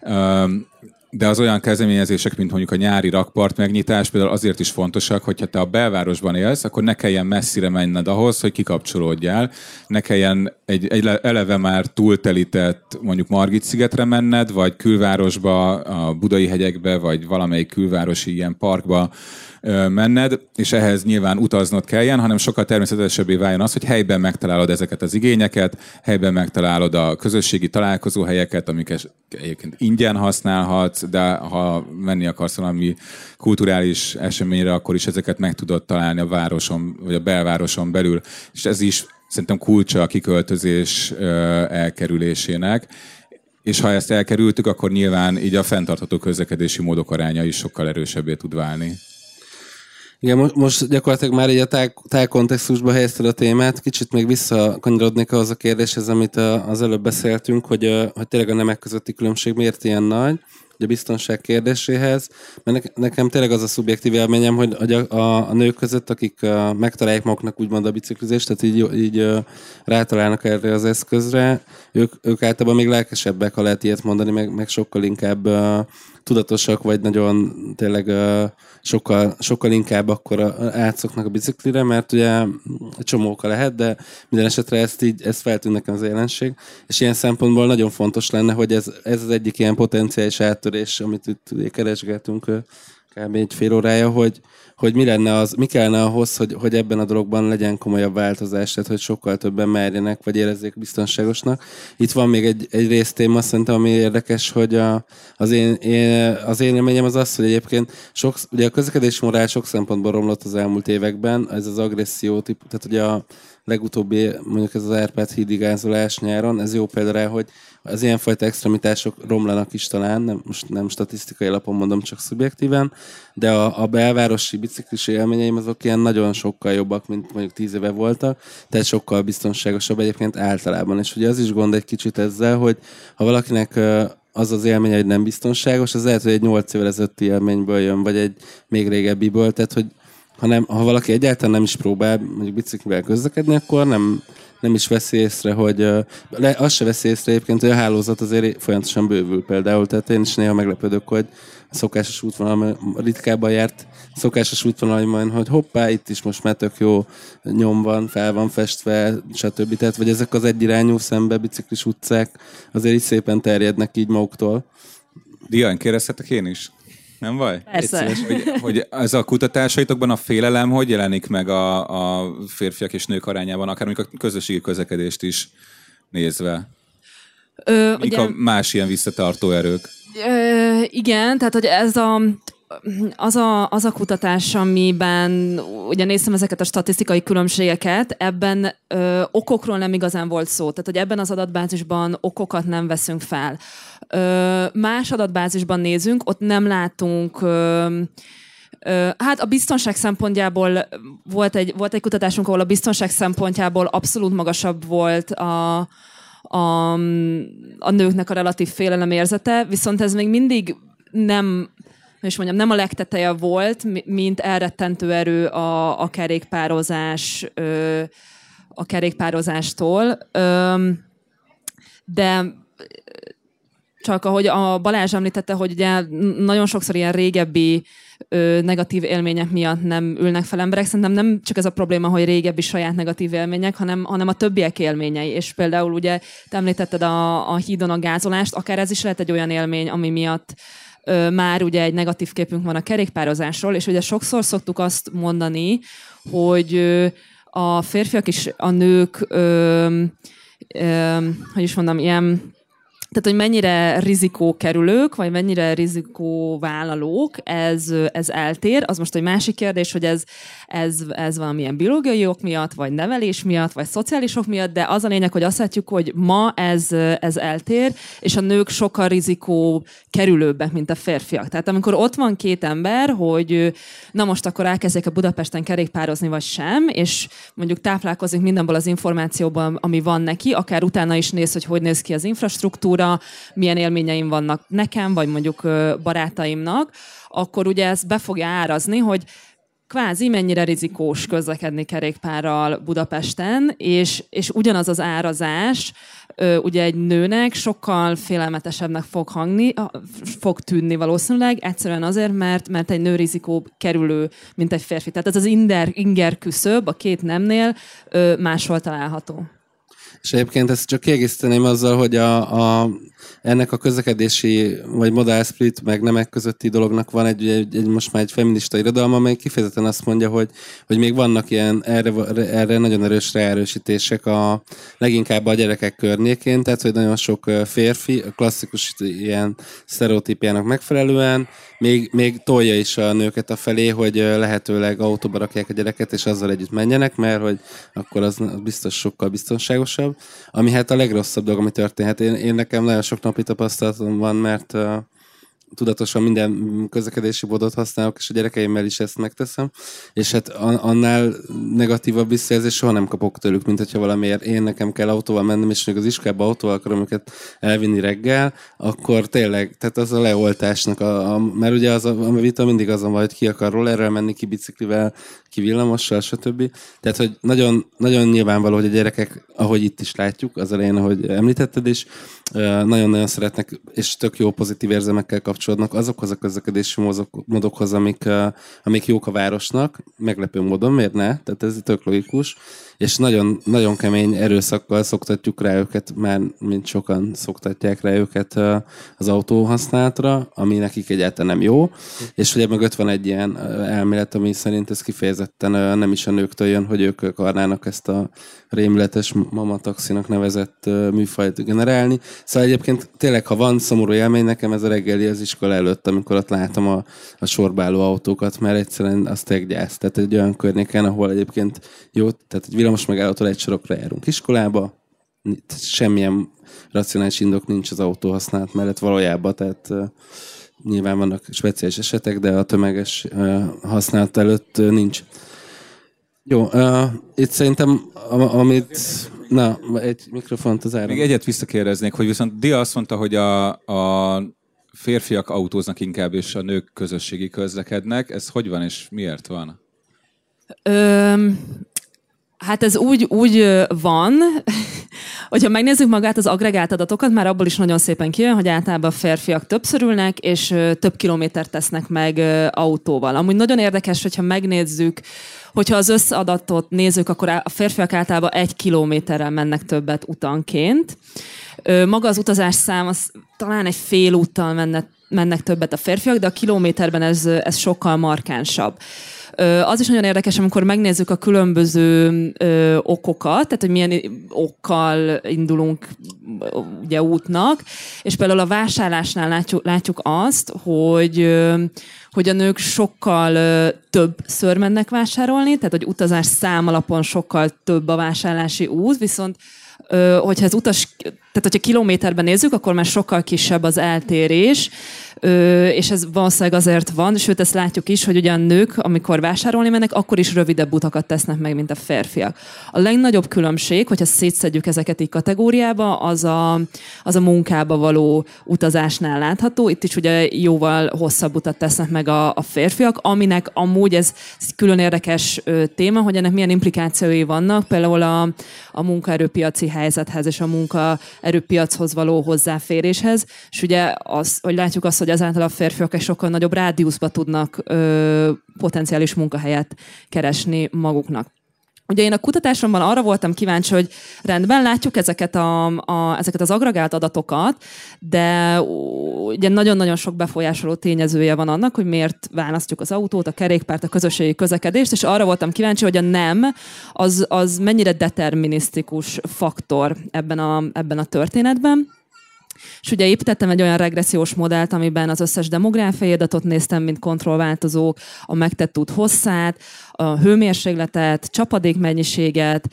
De az olyan kezdeményezések, mint mondjuk a nyári rakpart megnyitás, például azért is fontosak, hogyha te a belvárosban élsz, akkor ne kelljen messzire menned ahhoz, hogy kikapcsolódjál. Ne kelljen egy eleve már túltelített mondjuk Margit-szigetre menned, vagy külvárosba, a Budai hegyekbe, vagy valamelyik külvárosi ilyen parkba menned, és ehhez nyilván utaznod kelljen, hanem sokkal természetesebbé váljon az, hogy helyben megtalálod ezeket az igényeket, helyben megtalálod a közösségi találkozóhelyeket, amiket egyébként ingyen használhatsz, de ha menni akarsz valami kulturális eseményre, akkor is ezeket meg tudod találni a városon, vagy a belvároson belül. És ez is szerintem kulcsa a kiköltözés elkerülésének. És ha ezt elkerültük, akkor nyilván így a fenntartható közlekedési módok aránya is sokkal erősebbé tud válni. Igen, most gyakorlatilag már így a tájkontextusba helyezted a témát, kicsit még visszakanyarodnék ahhoz a kérdéshez, amit az előbb beszéltünk, hogy tényleg a nemek közötti különbség miért ilyen nagy, a biztonság kérdéséhez, mert nekem tényleg az a szubjektív élményem, hogy a nők között, akik megtalálják maguknak úgymond a biciklizést, tehát így rátalálnak erre az eszközre, ők általában még lelkesebbek, ha lehet ilyet mondani, meg sokkal inkább tudatosak, vagy nagyon tényleg sokkal inkább akkor átszoknak a biciklire, mert ugye egy csomó oka lehet, de minden esetre ezt feltűnt nekem az jelenség, és ilyen szempontból nagyon fontos lenne, hogy ez az egyik ilyen potenciális áttörés, amit itt keresgetünk kb. Egy fél órája, hogy mi kellene ahhoz, hogy ebben a dologban legyen komolyabb változás, tehát hogy sokkal többen merjenek, vagy érezzék biztonságosnak. Itt van még egy résztéma, szerintem, ami érdekes, hogy az én élményem az, hogy egyébként ugye a közlekedési morál sok szempontból romlott az elmúlt években, ez az agresszió, tehát ugye legutóbbi, mondjuk ez az Árpád hídi gázolás nyáron, ez jó példa rá, hogy az ilyenfajta extremitások romlanak is talán, nem statisztikai alapon mondom, csak szubjektíven, de a belvárosi biciklis élményeim azok ilyen nagyon sokkal jobbak, mint mondjuk 10 éve voltak, tehát sokkal biztonságosabb egyébként általában. És ugye az is gond egy kicsit ezzel, hogy ha valakinek az az élménye, hogy nem biztonságos, az lehet, hogy egy 8 évvel ezelőtti élményből jön, vagy egy még régebbiből, tehát hogy ha valaki egyáltalán nem is próbál mondjuk biciklivel közlekedni, akkor nem is veszi észre, hogy azt se veszi észre egyébként, hogy a hálózat azért folyamatosan bővül például, tehát én is néha meglepődök, hogy a szokásos útvonal, ritkábban járt szokásos útvonal, hogy hoppá, itt is most már tök jó nyom van, fel van festve, stb. Tehát, vagy ezek az egyirányú szembe biciklis utcák azért is szépen terjednek így maguktól. Dián, kérdezhetek én is? Nem baj? Persze. Hogy ez a kutatásaitokban a félelem hogy jelenik meg a férfiak és nők arányában, akár mondjuk a közösségi közlekedést is nézve? Mik ugye, a más ilyen visszatartó erők? Igen, tehát hogy ez az a kutatás, amiben ugye néztem ezeket a statisztikai különbségeket, ebben okokról nem igazán volt szó. Tehát, hogy ebben az adatbázisban okokat nem veszünk fel. Más adatbázisban nézünk, ott nem látunk... Hát a biztonság szempontjából volt egy kutatásunk, ahol a biztonság szempontjából abszolút magasabb volt a nőknek a relatív félelem érzete, viszont ez még mindig nem a legteteje volt, mint elrettentő erő a kerékpározástól. De csak ahogy a Balázs említette, hogy ugye nagyon sokszor ilyen régebbi negatív élmények miatt nem ülnek fel emberek. Szerintem nem csak ez a probléma, hogy régebbi saját negatív élmények, hanem a többiek élményei. És például ugye te említetted a hídon a gázolást, akár ez is lehet egy olyan élmény, ami miatt már ugye egy negatív képünk van a kerékpározásról, és ugye sokszor szoktuk azt mondani, hogy a férfiak és a nők, hogy is mondom, ilyen... Tehát, hogy mennyire rizikókerülők, vagy mennyire rizikóvállalók, ez eltér. Az most egy másik kérdés, hogy ez valamilyen biológiai ok miatt, vagy nevelés miatt, vagy szociális ok miatt, de az a lényeg, hogy azt látjuk, hogy ma ez eltér, és a nők sokkal rizikókerülőbbek, mint a férfiak. Tehát amikor ott van két ember, hogy na most akkor elkezdjék a Budapesten kerékpározni, vagy sem, és mondjuk táplálkozik mindenből az információban, ami van neki, akár utána is néz, hogy néz ki az infrastruktúra, milyen élményeim vannak nekem, vagy mondjuk barátaimnak, akkor ugye ez be fogja árazni, hogy kvázi mennyire rizikós közlekedni kerékpárral Budapesten, és ugyanaz az árazás ugye egy nőnek sokkal félelmetesebbnek fog tűnni valószínűleg, egyszerűen azért, mert egy nő rizikó kerülő, mint egy férfi. Tehát ez az inger küszöb a két nemnél máshol található. És egyébként ezt csak kiegészíteném azzal, hogy ennek a közlekedési vagy modál split meg nemek közötti dolognak van egy most már egy feminista irodalma, amely kifejezetten azt mondja, hogy még vannak ilyen erre nagyon erős ráerősítések leginkább a gyerekek környékén, tehát hogy nagyon sok férfi a klasszikus ilyen sztereotípiának megfelelően még tolja is a nőket afelé, hogy lehetőleg autóba rakják a gyereket, és azzal együtt menjenek, mert hogy akkor az biztos sokkal biztonságosabb. Ami hát a legrosszabb dolog, ami történhet. Én nekem nagyon sok napi tapasztalatom van, mert tudatosan minden közlekedési módot használok, és a gyerekeimmel is ezt megteszem, és hát annál negatívabb visszajelzést soha nem kapok tőlük, mint hogyha valamiért nekem kell autóval mennem, és még az iskolába autóval akarom őket elvinni reggel, akkor tényleg, tehát az a leoltásnak, mert ugye a vita mindig azon van, hogy ki akar rollerrel menni, ki biciklivel, ki villamossal, stb. Tehát, hogy nagyon, nagyon nyilvánvaló, hogy a gyerekek, ahogy itt is látjuk, az elején, ahogy említetted is, nagyon-nagyon szeretnek, és tök jó pozitív érzelmekkel kapcsolódnak azokhoz a közlekedési módokhoz, amik jók a városnak, meglepő módon, miért ne? Tehát ez tök logikus, és nagyon, nagyon kemény erőszakkal szoktatjuk rá őket, már mint sokan szoktatják rá őket az autó használatra, ami nekik egyáltalán nem jó, és ugye mögött van egy ilyen elmélet, ami szerint ez kifejezetten nem is a nőktől jön, hogy ők akarnának ezt a rémületes mamataxinak nevezett műfajt generálni. Szóval egyébként tényleg, ha van szomorú élmény, nekem ez a reggeli az iskola előtt, amikor ott látom a sorbáló autókat, mert egyszerűen az tényleg gyász. Tehát egy olyan környéken, ahol egyébként jó, tehát egy villamos megállótól egy sorokra járunk iskolába, semmilyen racionális indok nincs az autóhasználat mellett valójában, tehát nyilván vannak speciális esetek, de a tömeges használat előtt nincs. Jó, itt szerintem, amit... Na, egy mikrofont az áram. Még egyet visszakérdeznék, hogy viszont Dia azt mondta, hogy a férfiak autóznak inkább, és a nők közösségi közlekednek. Ez hogy van, és miért van? Hát ez úgy van, hogyha megnézzük magát az agregált adatokat, már abból is nagyon szépen kijön, hogy általában a férfiak többször ülnek, és több kilométert tesznek meg autóval. Amúgy nagyon érdekes, hogyha megnézzük, hogyha az összadatot nézzük, akkor a férfiak általában 1 kilométerrel mennek többet utanként. Maga az utazás szám, az talán egy fél úttal mennek többet a férfiak, de a kilométerben ez sokkal markánsabb. Az is nagyon érdekes, amikor megnézzük a különböző okokat, tehát hogy milyen okkal indulunk ugye útnak, és például a vásárlásnál látjuk azt, hogy a nők sokkal többször mennek vásárolni, tehát hogy utazás szám alapon sokkal több a vásárlási út, viszont hogyha tehát hogyha kilométerben nézzük, akkor már sokkal kisebb az eltérés, és ez valószínűleg azért van, sőt ezt látjuk is, hogy ugye a nők, amikor vásárolni mennek, akkor is rövidebb utakat tesznek meg, mint a férfiak. A legnagyobb különbség, hogyha szétszedjük ezeket így kategóriába, az a munkába való utazásnál látható. Itt is ugye jóval hosszabb utat tesznek meg a férfiak, aminek amúgy ez külön érdekes téma, hogy ennek milyen implikációi vannak, például a munkaerőpiaci helyzethez és a munkaerőpiachoz való hozzáféréshez, és ugye hogy látjuk azt, hogy ezáltal a férfiak egy sokkal nagyobb rádiuszba tudnak potenciális munkahelyet keresni maguknak. Ugye én a kutatásomban arra voltam kíváncsi, hogy rendben látjuk ezeket az agregált adatokat, de ugye nagyon-nagyon sok befolyásoló tényezője van annak, hogy miért választjuk az autót, a kerékpárt, a közösségi közlekedést, és arra voltam kíváncsi, hogy a nem az mennyire determinisztikus faktor ebben a történetben. És ugye építettem egy olyan regressziós modellt, amiben az összes demográfiai adatot néztem, mint kontrollváltozók, a megtett út hosszát, a hőmérsékletet, csapadékmennyiséget,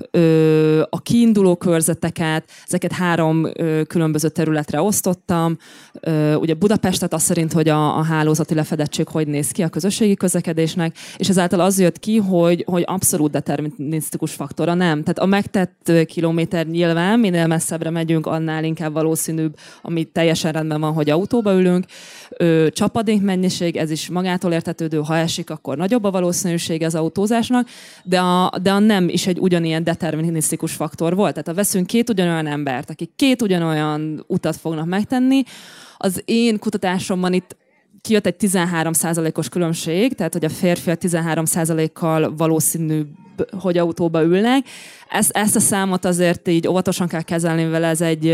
a kiinduló körzeteket, ezeket 3 különböző területre osztottam. Ugye Budapestet azt szerint, hogy a hálózati lefedettség hogy néz ki a közösségi közlekedésnek, és ezáltal az jött ki, hogy abszolút determinisztikus faktora nem. Tehát a megtett kilométer nyilván, minél messzebbre megyünk, annál inkább valószínűbb, ami teljesen rendben van, hogy autóba ülünk. Csapadékmennyiség, ez is magától értetődő, ha esik, akkor nagyobb a valószínűség az autózásnak, de a nem is egy ugyanilyen determinisztikus faktor volt. Tehát ha veszünk 2 ugyanolyan embert, akik 2 ugyanolyan utat fognak megtenni, az én kutatásomban itt kijött egy 13%-os különbség, tehát hogy a férfiak 13%-kal valószínűbb, hogy autóba ülnek. Ezt a számot azért így óvatosan kell kezelni vele,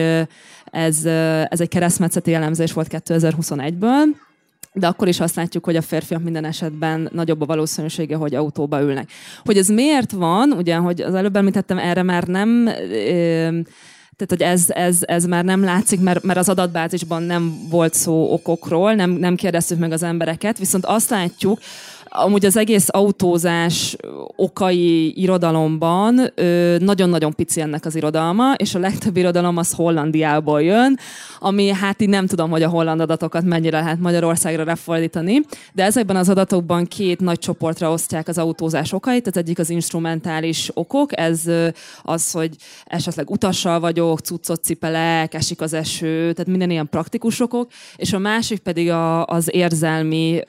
ez egy keresztmetszeti elemzés volt 2021-ből, de akkor is azt látjuk, hogy a férfiak minden esetben nagyobb a valószínűsége, hogy autóba ülnek. Hogy ez miért van, ugye, hogy az előbb említettem, erre már nem... Tehát, hogy ez már nem látszik, mert az adatbázisban nem volt szó okokról, nem kérdeztük meg az embereket, viszont azt látjuk, amúgy az egész autózás okai irodalomban nagyon-nagyon pici ennek az irodalma, és a legtöbb irodalom az Hollandiából jön, ami hát így nem tudom, hogy a holland adatokat mennyire lehet Magyarországra lefordítani, de ezekben az adatokban 2 nagy csoportra osztják az autózás okait. Az egyik az instrumentális okok, ez az, hogy esetleg utassal vagyok, cuccot cipelek, esik az eső, tehát minden ilyen praktikus okok, és a másik pedig az érzelmi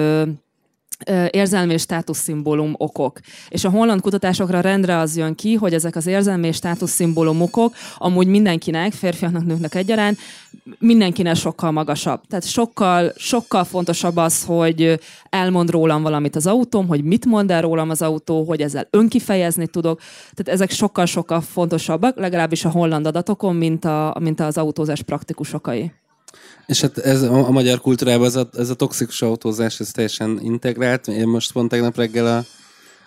és státuszszimbólum okok. És a holland kutatásokra rendre az jön ki, hogy ezek az érzelmi és státuszszimbólum okok amúgy mindenkinek, férfiaknak, nőknek egyaránt, mindenkinek sokkal magasabb. Tehát sokkal fontosabb az, hogy elmond rólam valamit az autóm, hogy mit mond el rólam az autó, hogy ezzel önkifejezni tudok. Tehát ezek sokkal-sokkal fontosabbak, legalábbis a holland adatokon, mint az autózás praktikus okai. És hát ez a magyar kultúrában ez a toxikus autózás, ez teljesen integrált. Én most pont tegnap reggel a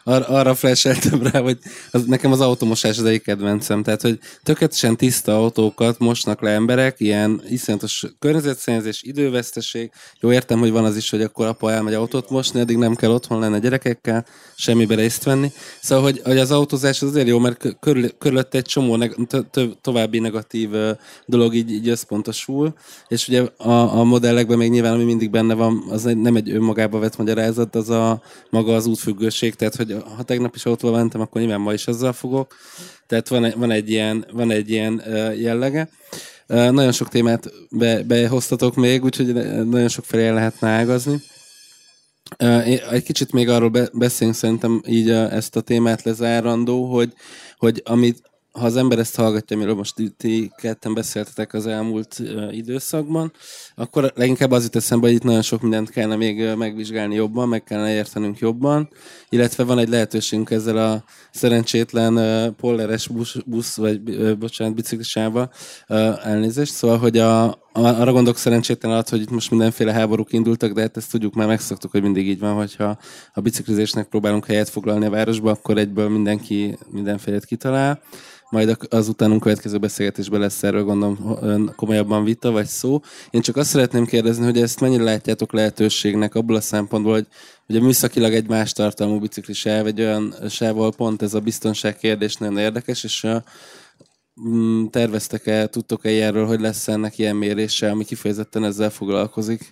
arra flasheltem rá, hogy nekem az automosás az egyik kedvencem. Tehát, hogy tökéletesen tiszta autókat mosnak le emberek, ilyen iszonyatos környezetszennyezés, időveszteség. Jó, értem, hogy van az is, hogy akkor apa elmegy autót mosni, addig nem kell otthon lenni gyerekekkel, semmibe részt venni. Szóval, hogy az autózás az azért jó, mert körülötte egy csomó további negatív dolog így összpontosul, és ugye a modellekben még nyilván, ami mindig benne van, az nem egy önmagába vett magyarázat, az maga az útfüggőség, tehát hogy ha tegnap is autóval mentem, akkor nyilván ma is azzal fogok. Tehát van egy ilyen jellege. Nagyon sok témát behoztatok még, úgyhogy nagyon sok felé lehetne ágazni. Egy kicsit még arról beszélünk szerintem így ezt a témát lezárandó, hogy amit ha az ember ezt hallgatja, amiről most ti ketten beszéltetek az elmúlt időszakban, akkor leginkább az jut eszembe, hogy itt nagyon sok mindent kellene még megvizsgálni jobban, meg kellene értenünk jobban, illetve van egy lehetőségünk ezzel a szerencsétlen polleres biciklisával, elnézést, szóval, hogy arra gondolok szerencsétlen alatt, hogy itt most mindenféle háborúk indultak, de hát ezt tudjuk, már megszoktuk, hogy mindig így van, hogyha a biciklizésnek próbálunk helyet foglalni a városba, akkor egyből mindenki mindenfélét kitalál. Majd az utánunk következő beszélgetésben lesz erről, gondolom, komolyabban vita vagy szó. Én csak azt szeretném kérdezni, hogy ezt mennyire látjátok lehetőségnek abból a szempontból, hogy ugye műszakilag egy más tartalmú biciklis sáv, egy olyan sáv, ahol pont ez a biztonság kérdés nagyon érdekes, és terveztek-e, tudtok-e ilyenről, hogy lesz ennek ilyen mérése, ami kifejezetten ezzel foglalkozik?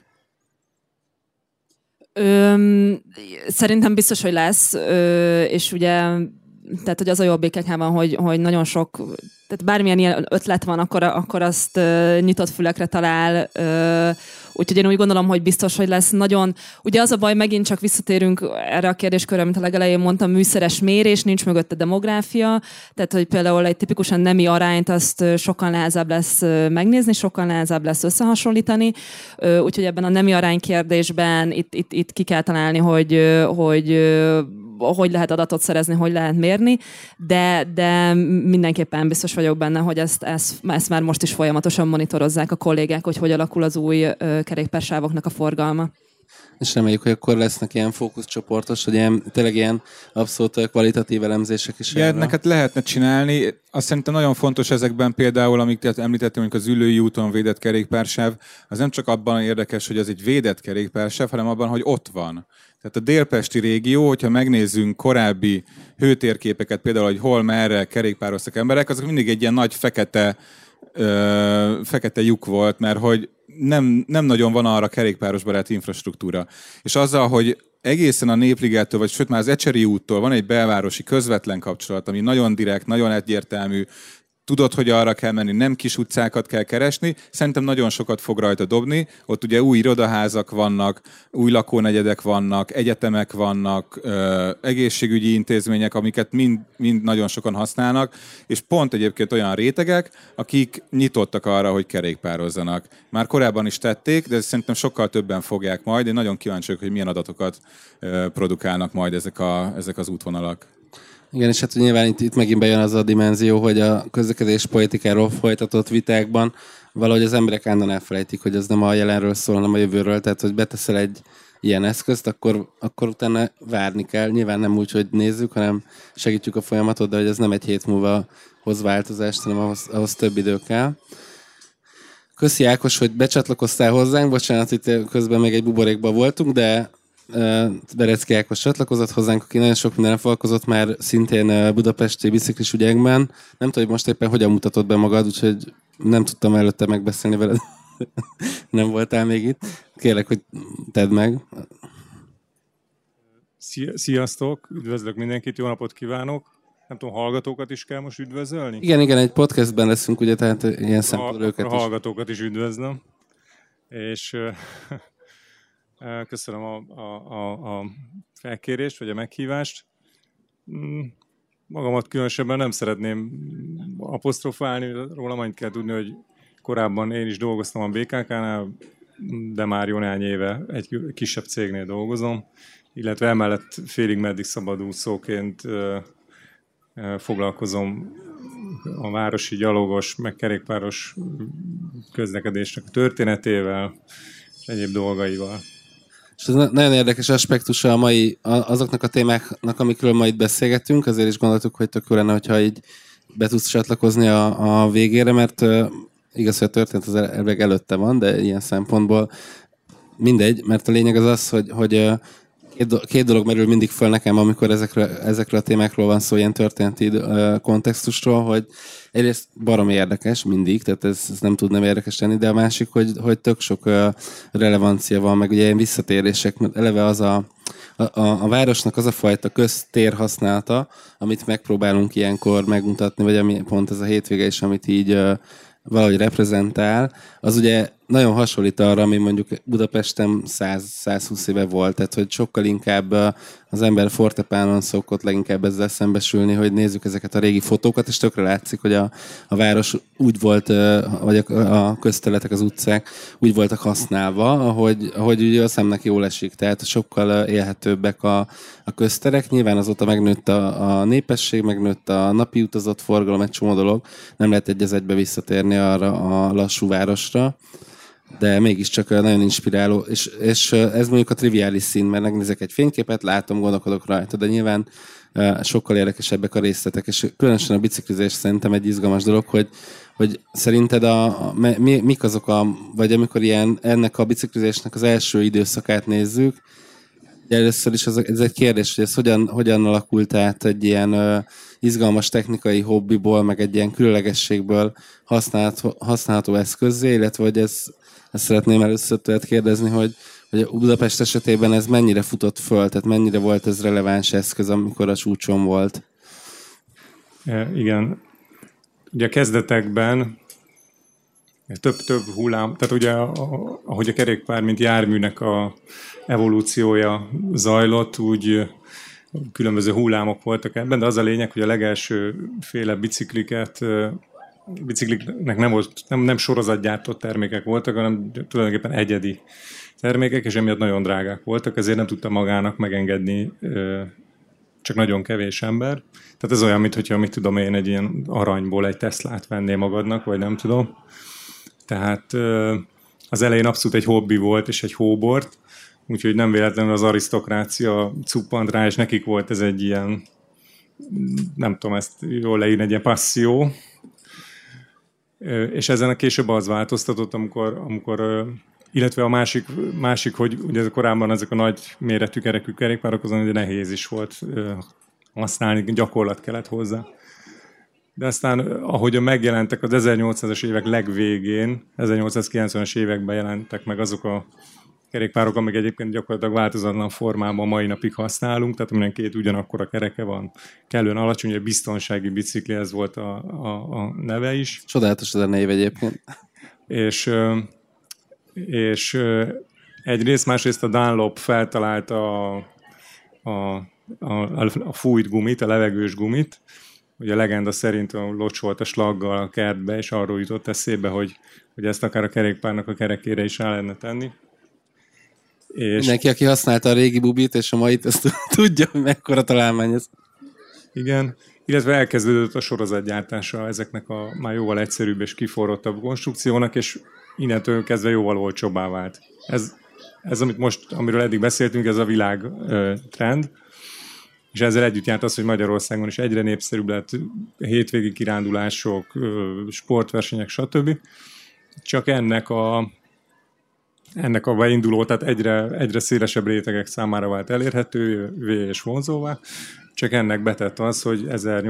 Szerintem biztos, hogy lesz, és ugye tehát, hogy az a jó a BKK-ban, hogy nagyon sok, tehát bármilyen ilyen ötlet van, akkor azt nyitott fülekre talál, úgyhogy én úgy gondolom, hogy biztos, hogy lesz nagyon... Ugye az a baj, megint csak visszatérünk erre a kérdéskörre, amit a legelején mondtam, műszeres mérés, nincs mögötte demográfia, tehát, hogy például egy tipikusan nemi arányt azt sokkal nehezebb lesz megnézni, sokkal nehezebb lesz összehasonlítani, úgyhogy ebben a nemi arány kérdésben itt ki kell találni, hogy lehet adatot szerezni, hogy lehet mérni, de mindenképpen biztos vagyok benne, hogy ezt már most is folyamatosan monitorozzák a kollégák, hogy alakul az új kerékpársávoknak a forgalma. És reméljük, hogy akkor lesznek ilyen fókuszcsoportos, hogy tényleg ilyen abszolút kvalitatív elemzések is. Ilyeneket lehetne csinálni. Azt szerintem nagyon fontos ezekben például, amiket említettem, mondjuk az Üllői úton védett kerékpársáv, az nem csak abban érdekes, hogy az egy védett kerékpársáv, hanem abban, hogy ott van. Tehát a délpesti régió, hogyha megnézzünk korábbi hőtérképeket, például, hogy hol, merre kerékpároztak emberek, azok mindig egy ilyen nagy fekete lyuk volt, mert hogy nem nagyon van arra kerékpárosbarát infrastruktúra. És azzal, hogy egészen a Népligettől, vagy sőt már az Ecseri úttól van egy belvárosi közvetlen kapcsolat, ami nagyon direkt, nagyon egyértelmű, tudod, hogy arra kell menni, nem kis utcákat kell keresni, szerintem nagyon sokat fog rajta dobni, ott ugye új irodaházak vannak, új lakónegyedek vannak, egyetemek vannak, egészségügyi intézmények, amiket mind nagyon sokan használnak, és pont egyébként olyan rétegek, akik nyitottak arra, hogy kerékpározzanak. Már korábban is tették, de szerintem sokkal többen fogják majd, én nagyon kíváncsi vagyok, hogy milyen adatokat produkálnak majd ezek az útvonalak. Igen, és hát nyilván itt megint bejön az a dimenzió, hogy a közlekedés politikáról folytatott vitákban valahogy az emberek állandóan elfelejtik, hogy ez nem a jelenről szól, hanem a jövőről. Tehát, hogy beteszel egy ilyen eszközt, akkor utána várni kell. Nyilván nem úgy, hogy nézzük, hanem segítjük a folyamatot, de hogy ez nem egy hét múlva hoz változást, hanem ahhoz több idő kell. Köszi Ákos, hogy becsatlakoztál hozzánk. Bocsánat, itt közben még egy buborékban voltunk, de Berecki Ákos csatlakozott hozzánk, aki nagyon sok minden foglalkozott már szintén budapesti biciklis ügyekben. Nem tudom, hogy most éppen hogyan mutatod be magad, úgyhogy nem tudtam előtte megbeszélni veled. Nem voltál még itt. Kérlek, hogy tedd meg. Sziasztok, üdvözlök mindenkit, jó napot kívánok. Nem tudom, hallgatókat is kell most üdvözölni? Igen, egy podcastben leszünk, ugye, tehát ilyen szempontból őket is. A hallgatókat is üdvözlöm. És köszönöm a felkérést, vagy a meghívást. Magamat különösebben nem szeretném apostrofálni, rólam annyit kell tudni, hogy korábban én is dolgoztam a BKK-nál, de már jó néhány éve egy kisebb cégnél dolgozom, illetve emellett félig meddig szabadúszóként foglalkozom a városi gyalogos, meg kerékpáros közlekedésnek a történetével és egyéb dolgaival. És ez nagyon érdekes aspektusa azoknak a témáknak, amikről ma itt beszélgetünk, azért is gondoltuk, hogy tök jó lenne, hogyha így be tudsz csatlakozni a végére, mert igaz, hogy a történet az elvég előtte van, de ilyen szempontból mindegy, mert a lényeg az az, hogy két dolog merül mindig föl nekem, amikor ezekről a témákról van szó, ilyen történeti kontextusról, hogy egyrészt baromi érdekes mindig, tehát ez nem tud nem érdekes lenni, de a másik, hogy tök sok relevancia van, meg ugye ilyen visszatérések, mert eleve az a városnak az a fajta köztér használata, amit megpróbálunk ilyenkor megmutatni, vagy ami pont ez a hétvége is, amit így valahogy reprezentál, az ugye nagyon hasonlít arra, ami mondjuk Budapesten 100-120 éve volt, tehát hogy sokkal inkább az ember fortepánon szokott leginkább ezzel szembesülni, hogy nézzük ezeket a régi fotókat, és tökre látszik, hogy a város úgy volt, vagy a közterületek, az utcák úgy voltak használva, ahogy ugye a szemnek jól esik, tehát sokkal élhetőbbek a közterek. Nyilván azóta megnőtt a népesség, megnőtt a napi utazott forgalom, egy csomó dolog, nem lehet egy az egybe visszatérni arra a lassú városra, de mégiscsak nagyon inspiráló, és ez mondjuk a triviális szín, mert megnézek egy fényképet, látom, gondolkodok rajta, de nyilván sokkal érdekesebbek a részletek, és különösen a biciklizés szerintem egy izgalmas dolog, hogy szerinted mik azok vagy amikor ennek a biciklizésnek az első időszakát nézzük, de először is ez egy kérdés, hogy ez hogyan alakult át egy ilyen izgalmas technikai hobbiból, meg egy ilyen különlegességből használható eszközzé, illetve hogy ezt szeretném először tőled kérdezni, hogy a Budapest esetében ez mennyire futott föl, tehát mennyire volt ez releváns eszköz, amikor a csúcson volt? Igen. Ugye a kezdetekben több hullám, tehát ugye ahogy a kerékpár, mint járműnek a evolúciója zajlott, úgy különböző hullámok voltak ebben, de az a lényeg, hogy a legelső féle bicikliknek nem sorozatgyártott termékek voltak, hanem tulajdonképpen egyedi termékek, és emiatt nagyon drágák voltak, ezért nem tudta magának megengedni csak nagyon kevés ember. Tehát ez olyan, mintha, mit tudom én, egy ilyen aranyból egy Teslát venné magadnak, vagy nem tudom. Tehát az elején abszolút egy hobbi volt, és egy hóbort, úgyhogy nem véletlenül az arisztokrácia cuppant rá, és nekik volt ez egy ilyen, nem tudom ezt jól leírni, egy ilyen passzió. És ezen a később az változtatott, amikor illetve a másik, hogy ugye korábban ezek a nagy méretű kerekű kerékpárok azon ugye nehéz is volt használni, gyakorlat kellett hozzá. De aztán, ahogy megjelentek az 1800-as évek legvégén, 1890-es években jelentek meg azok a kerékpárok, amik egyébként gyakorlatilag változatlan formában mai napig használunk, tehát minden két ugyanakkor a kereke van, kellően alacsony, egy biztonsági bicikli, ez volt a neve is. Csodálatos ez a név egyébként. És egyrészt, másrészt a Dunlop feltalálta a fújt gumit, a levegős gumit. Ugye a legenda szerint locsolt a slaggal a kertbe, és arról jutott eszébe, hogy ezt akár a kerékpárnak a kerekére is rá lehetne tenni. És mindenki, aki használta a régi bubit, és a mait, ezt tudja, hogy mekkora találmány ez. Igen, illetve elkezdődött a sorozatgyártása ezeknek a már jóval egyszerűbb és kiforrottabb konstrukciónak, és innentől kezdve jóval olcsóbbá vált. Ez amiről eddig beszéltünk, ez a világ trend, és ezzel együtt járt az, hogy Magyarországon is egyre népszerűbb lett hétvégi kirándulások, sportversenyek, stb. Csak ennek a beinduló, tehát egyre szélesebb rétegek számára vált elérhetővé és vonzóvá, csak ennek betett az, hogy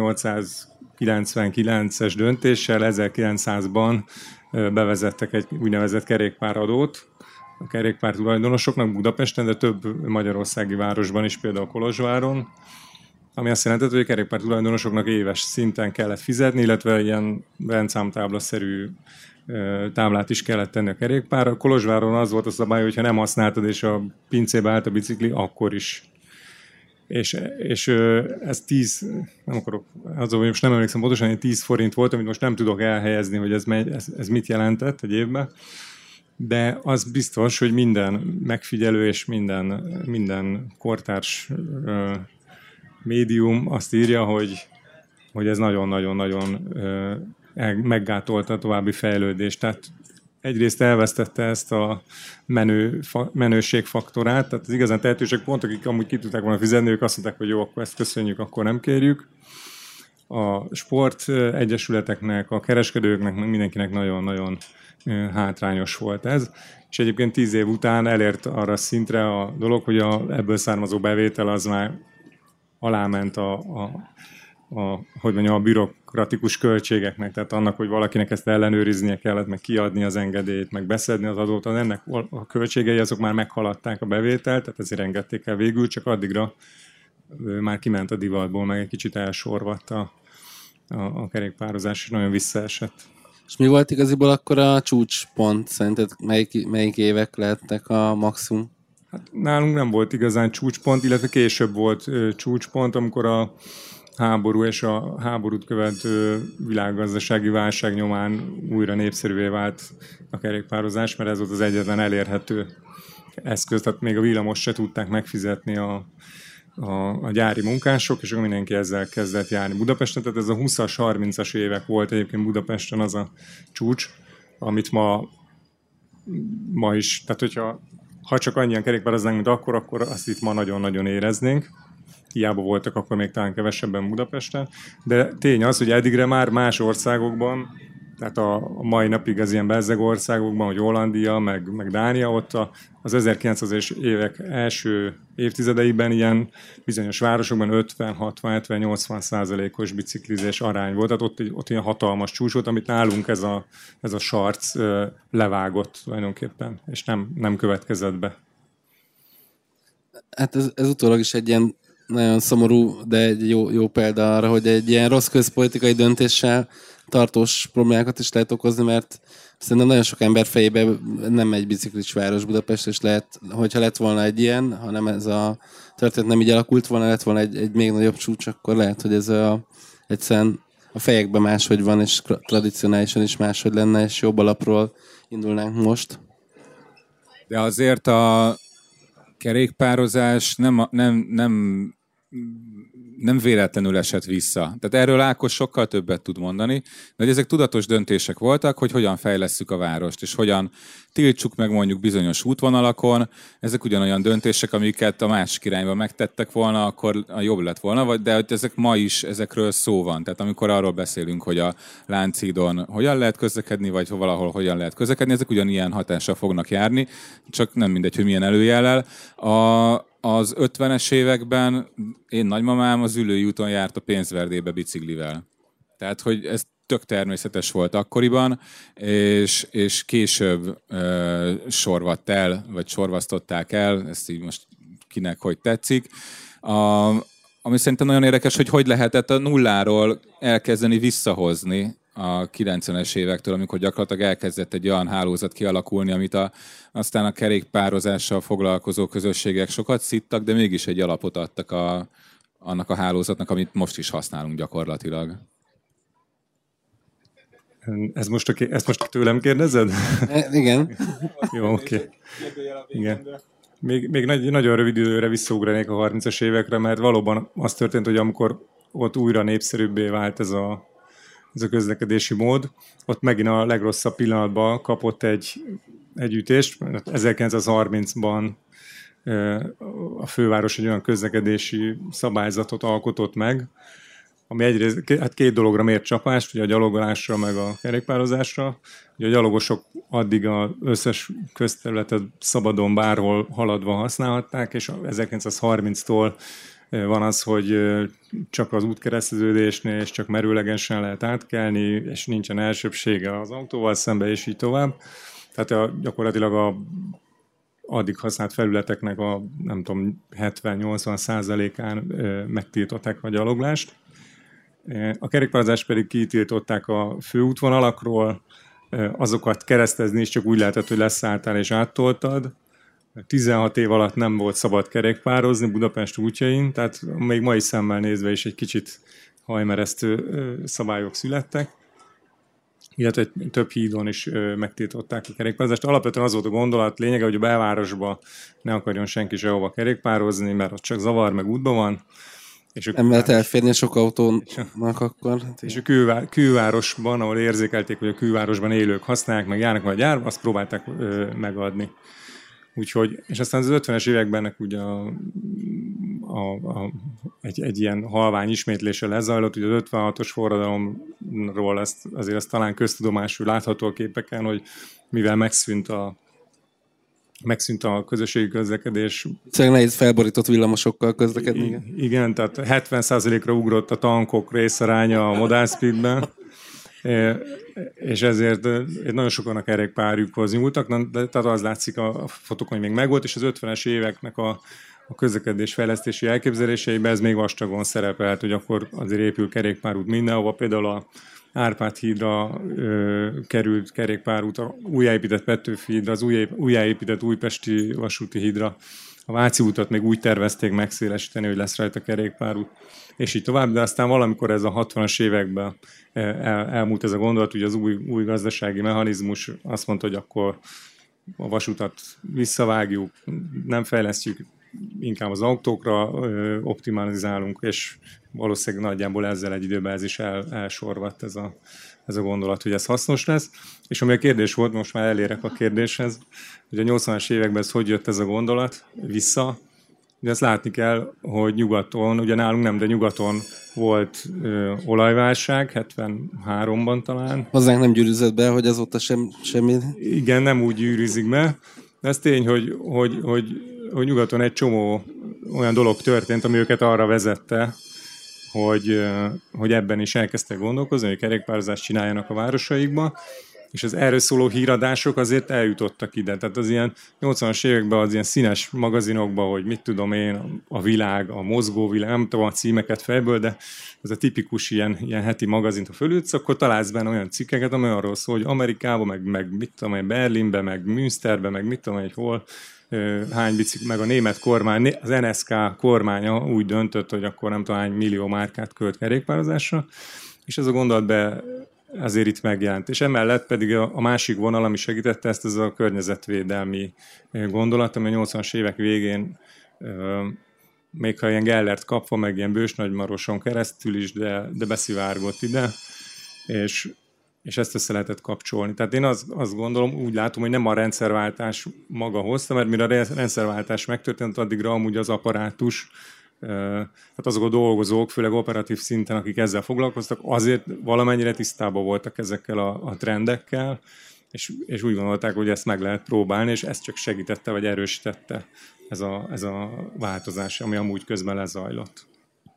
1899-es döntéssel 1900-ban bevezettek egy úgynevezett kerékpáradót a kerékpár tulajdonosoknak Budapesten, de több magyarországi városban is, például Kolozsváron, ami azt jelentett, hogy a kerékpár tulajdonosoknak éves szinten kellett fizetni, illetve ilyen rendszámtáblaszerű táblát is kellett tenni a kerékpárra. Kolozsváron az volt a szabály, hogy ha nem használtad, és a pincébe állt a bicikli, akkor is. És ez 10, nem akarok, azon most nem emlékszem pontosan, hogy 10 forint volt, amit most nem tudok elhelyezni, hogy ez mit jelentett egy évben. De az biztos, hogy minden megfigyelő és minden kortárs médium azt írja, hogy ez nagyon-nagyon-nagyon meggátolta a további fejlődést. Tehát egyrészt elvesztette ezt a menőségfaktorát, tehát az igazán tehetőség pont, akik amúgy ki tudták volna fizetni, ők azt mondták, hogy jó, akkor ezt köszönjük, akkor nem kérjük. A sport egyesületeknek, a kereskedőknek, mindenkinek nagyon-nagyon hátrányos volt ez. És egyébként 10 év után elért arra szintre a dolog, hogy ebből származó bevétel az már aláment a bürokratikus költségeknek, tehát annak, hogy valakinek ezt ellenőriznie kellett, meg kiadni az engedélyt, meg beszedni az adót, ennek a költségei azok már meghaladták a bevételt, tehát ezért engedték el végül, csak addigra már kiment a divatból, meg egy kicsit elsorvadt a kerékpározás, és nagyon visszaesett. És mi volt igaziból akkor a csúcspont? Szerinted melyik évek lehettek a maximum? Hát nálunk nem volt igazán csúcspont, illetve később volt csúcspont, amikor a háború és a háborút követő világgazdasági válság nyomán újra népszerűvé vált a kerékpározás, mert ez volt az egyetlen elérhető eszköz, tehát még a villamos se tudták megfizetni a gyári munkások, és akkor mindenki ezzel kezdett járni Budapesten. Tehát ez a 20-as, 30-as évek volt egyébként Budapesten az a csúcs, amit ma is, tehát ha csak annyian kerékpároznánk, mint akkor azt itt ma nagyon-nagyon éreznénk. Hiába voltak akkor még talán kevesebben Budapesten. De tény az, hogy eddigre már más országokban, tehát a mai napig az ilyen bezzeg országokban, hogy Hollandia, meg Dánia, ott az 1900-es évek első évtizedeiben ilyen bizonyos városokban 50, 60, 70, 80%-os biciklizés arány volt. Tehát ott ilyen hatalmas csúcs volt, amit nálunk ez a sarc levágott tulajdonképpen, és nem következett be. Hát ez utólag is egy ilyen nagyon szomorú, de egy jó példa arra, hogy egy ilyen rossz közpolitikai döntéssel tartós problémákat is lehet okozni, mert szerintem nagyon sok ember fejében nem egy biciklis város Budapest, és lehet, hogyha lett volna egy ilyen, hanem ez a történet nem így alakult volna, lett volna egy még nagyobb csúcs, akkor lehet, hogy ez egyszerűen a fejekben máshogy van, és tradicionálisan is máshogy lenne, és jobb alapról indulnánk most. De azért a kerékpározás nem véletlenül esett vissza. Tehát erről Ákos sokkal többet tud mondani, de hogy ezek tudatos döntések voltak, hogy hogyan fejlesszük a várost, és hogyan tiltsuk meg mondjuk bizonyos útvonalakon. Ezek ugyanolyan döntések, amiket a másik irányban megtettek volna, akkor jobb lett volna, de hogy ezek ma is, ezekről szó van. Tehát amikor arról beszélünk, hogy a Lánchídon hogyan lehet közlekedni, vagy valahol hogyan lehet közlekedni, ezek ugyanilyen hatással fognak járni, csak nem mindegy, hogy milyen előjellel. Az 50-es években én nagymamám az Üllői úton járt a Pénzverdébe biciklivel. Tehát, hogy ez tök természetes volt akkoriban, és később sorvasztották el, ezt így most kinek hogy tetszik. Ami szerintem nagyon érdekes, hogy lehetett a nulláról elkezdeni visszahozni a 90-es évektől, amikor gyakorlatilag elkezdett egy olyan hálózat kialakulni, amit aztán a kerékpározással foglalkozó közösségek sokat szittak, de mégis egy alapot adtak annak a hálózatnak, amit most is használunk gyakorlatilag. Ezt most tőlem kérdezed? Igen. Jó, oké. Igen. Még nagyon rövid időre visszaugranék a 30-as évekre, mert valóban az történt, hogy amikor ott újra népszerűbbé vált ez a közlekedési mód, ott megint a legrosszabb pillanatban kapott egy ütést. 1930-ban a főváros egy olyan közlekedési szabályzatot alkotott meg, ami egyrészt két dologra mért csapást, ugye a gyalogolásra meg a kerékpározásra. Ugye a gyalogosok addig az összes közterületet szabadon bárhol haladva használhatták, és 1930-tól van az, hogy csak az útkereszteződésnél és csak merőlegesen lehet átkelni, és nincsen elsőbbsége az autóval szembe, és így tovább. Tehát gyakorlatilag addig használt felületeknek a nem tudom, 70-80%-án megtiltották a gyaloglást. A kerékpározást pedig kitiltották a főútvonalakról, azokat keresztezni is csak úgy lehetett, hogy leszálltál és áttoltad. 16 év alatt nem volt szabad kerékpározni Budapest útjain, tehát még mai szemmel nézve is egy kicsit hajmeresztő szabályok születtek, illetve több hídon is megtiltották a kerékpározást. Alapvetően az volt a gondolat lényege, hogy a belvárosba ne akarjon senki sehova kerékpározni, mert ott csak zavar, meg útban van, Nem lehet elférni sok autónak akkor. És a külvárosban, ahol érzékelték, hogy a külvárosban élők használják, meg járnak majd gyárba, azt próbálták megadni. Úgyhogy, és aztán az 50-es években ennek ugye egy ilyen halvány ismétlése lezajlott, ugye az 56-os forradalomról azért azt talán köztudomású látható a képeken, hogy mivel megszűnt a közösségi közlekedés. Szóval nehéz felborított villamosokkal közlekedni. Igen, tehát 70%-ra ugrott a tankok részaránya a Modal Speedben, és ezért nagyon sokan a kerékpárjukhoz nyúltak, de tehát az látszik a fotókon, hogy még megvolt, és az 50-es éveknek a közlekedés fejlesztési elképzeléseiben ez még vastagon szerepelt, hogy akkor azért épül kerékpárút mindenhova, például a Árpád hídra került kerékpárút, a újjáépített Petőfi hídra, az újjáépített Újpesti vasúti hídra, a Váci útat még úgy tervezték megszélesíteni, hogy lesz rajta kerékpárút, és így tovább, de aztán valamikor ez a 60-as években elmúlt ez a gondolat, ugye az új gazdasági mechanizmus azt mondta, hogy akkor a vasutat visszavágjuk, nem fejlesztjük, inkább az autókra optimalizálunk, és valószínűleg nagyjából ezzel egy időben ez is elsorvadt ez a gondolat, hogy ez hasznos lesz. És ami a kérdés volt, most már elérek a kérdéshez, hogy a 80-as években ez hogy jött ez a gondolat vissza. Ugye ezt látni kell, hogy nyugaton, ugye nálunk nem, de nyugaton volt olajválság, 73-ban talán. Hozzánk nem gyűrűzött be, hogy azóta semmi... Igen, nem úgy gyűrűzik be. De ez tény, hogy nyugaton egy csomó olyan dolog történt, ami őket arra vezette, hogy ebben is elkezdtek gondolkozni, hogy kerékpározást csináljanak a városaikba, és az erről szóló híradások azért eljutottak ide. Tehát az ilyen 80-as években az ilyen színes magazinokban, hogy mit tudom én, a világ, a mozgóvilág, nem tudom a címeket fejből, de ez a tipikus ilyen heti magazint, ha fölülsz, akkor találsz benne olyan cikkeket, ami arról szól, hogy Amerikában, meg mit tudom én, Berlinben, meg Münsterben, meg mit tudom én, hol, hány bicikli, meg a német kormány, az NSK kormánya úgy döntött, hogy akkor nem tudom hány millió márkát költ kerékpározásra, és ez a gondolat azért itt megjelent. És emellett pedig a másik vonal, ami segítette ezt, ez a környezetvédelmi gondolat, ami a 80-as évek végén még ha ilyen Gellert kapva, meg ilyen Bős-Nagymaroson keresztül is, de beszivárgott ide, és ezt össze lehetett kapcsolni. Tehát én azt gondolom, úgy látom, hogy nem a rendszerváltás maga hozta, mert mire a rendszerváltás megtörtént, addigra amúgy az apparátus, hát azok a dolgozók, főleg operatív szinten, akik ezzel foglalkoztak, azért valamennyire tisztában voltak ezekkel a trendekkel, és úgy gondolták, hogy ezt meg lehet próbálni, és ez csak segítette, vagy erősítette ez a változás, ami amúgy közben lezajlott.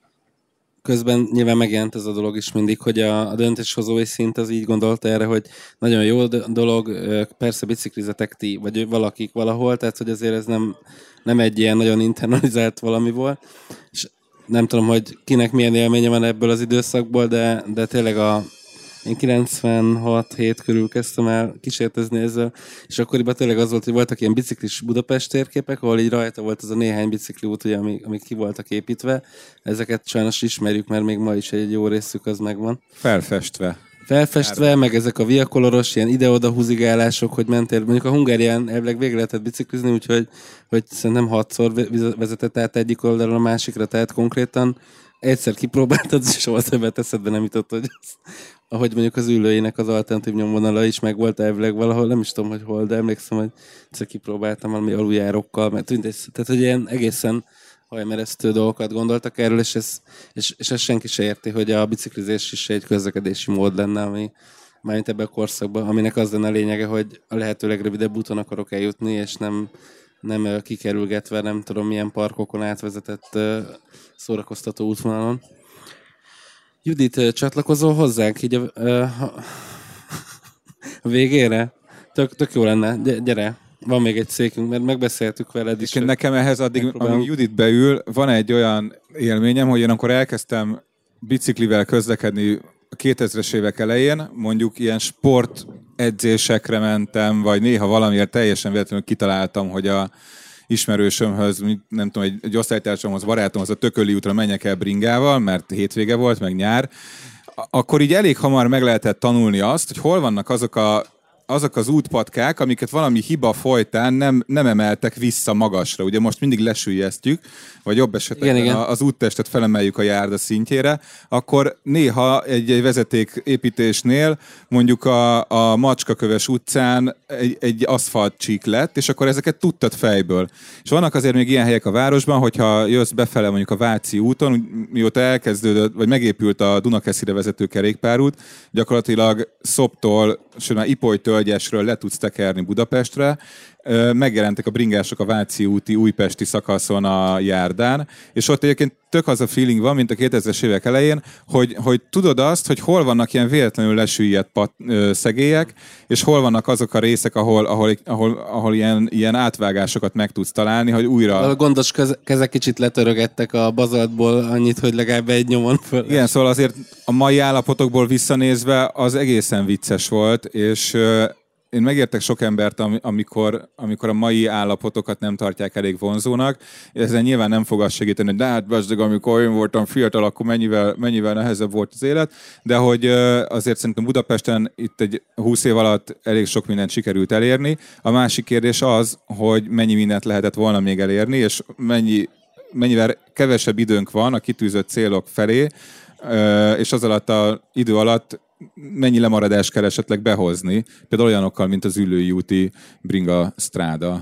Közben nyilván megjelent ez a dolog is mindig, hogy a döntéshozói szint az így gondolta erre, hogy nagyon jó dolog, persze biciklizetek ti, vagy valakik valahol, tehát hogy azért ez nem egy ilyen nagyon internalizált valami volt, és nem tudom, hogy kinek milyen élménye van ebből az időszakból, de tényleg én 96-7 körül kezdtem el kísértezni ezzel, és akkoriban tényleg az volt, hogy voltak ilyen biciklis Budapest térképek, ahol így rajta volt az a néhány bicikliút, ugye, amik ki voltak építve. Ezeket sajnos ismerjük, mert még ma is egy jó részük az megvan. Felfestve, meg ezek a viakoloros, ilyen ide-oda húzigálások, hogy mentél. Mondjuk a Hungárián elvileg végig lehetett biciklizni, úgyhogy szerintem 6-szor vezetett át egyik oldalon a másikra, tehát konkrétan egyszer kipróbáltad, és soha többet eszedbe nem jutott, hogy ahogy mondjuk az ülőjének az alternatív nyomvonala is meg volt elvileg valahol, nem is tudom, hogy hol, de emlékszem, hogy egyszer kipróbáltam valami aluljárókkal, mert tehát, hogy ilyen egészen hajmeresztő dolgokat gondoltak erről, és ezt senki se érti, hogy a biciklizés is egy közlekedési mód lenne, ami mármint ebben a korszakban, aminek az lenne a lényege, hogy a lehető legrövidebb úton akarok eljutni, és nem kikerülgetve, nem tudom milyen parkokon átvezetett szórakoztató útvonalon. Judit, csatlakozol hozzánk így a végére? Tök jó lenne. Gyere, van még egy székünk, mert megbeszéltük veled is. Nekem ehhez amíg Judit beül, van egy olyan élményem, hogy én akkor elkezdtem biciklivel közlekedni a 2000-es évek elején, mondjuk ilyen sportedzésekre mentem, vagy néha valamiért teljesen véletlenül kitaláltam, hogy a ismerősömhöz, nem tudom, egy osztálytársamhoz, barátomhoz a Tököli útra menjek el bringával, mert hétvége volt, meg nyár, akkor így elég hamar meg lehetett tanulni azt, hogy hol vannak azok a azok az útpatkák, amiket valami hiba folytán nem emeltek vissza magasra. Ugye most mindig lesüllyesztjük, vagy jobb esetben igen. az úttestet felemeljük a járda szintjére, akkor néha egy vezetéképítésnél mondjuk a Macskaköves utcán egy aszfaltcsík lett, és akkor ezeket tudtad fejből. És vannak azért még ilyen helyek a városban, hogyha jössz befele mondjuk a Váci úton, mióta elkezdődött, vagy megépült a Dunakeszire vezető kerékpárút, gyakorlatilag Szoptól, sőt már Ipoly-Tölgyesről le tudsz tekerni Budapestre, megjelentek a bringások a Váci úti újpesti szakaszon a járdán, és ott egyébként tök az a feeling van, mint a 2000-es évek elején, hogy tudod azt, hogy hol vannak ilyen véletlenül lesüllyedt szegélyek, és hol vannak azok a részek, ahol ilyen átvágásokat meg tudsz találni, hogy újra... A gondos kezek kicsit letörögettek a bazaltból annyit, hogy legalább egy nyomon föl. Igen, szóval azért a mai állapotokból visszanézve az egészen vicces volt, és én megértek sok embert, amikor a mai állapotokat nem tartják elég vonzónak. Ezen nyilván nem fog azt segíteni, hogy de hát bezzeg, amikor én voltam fiatal, akkor mennyivel nehezebb volt az élet, de hogy azért szerintem Budapesten itt egy 20 év alatt elég sok mindent sikerült elérni. A másik kérdés az, hogy mennyi mindent lehetett volna még elérni, és mennyivel kevesebb időnk van a kitűzött célok felé, és az alatt az idő alatt mennyi lemaradást kell esetleg behozni, például olyanokkal, mint az Üllői úti bringa stráda.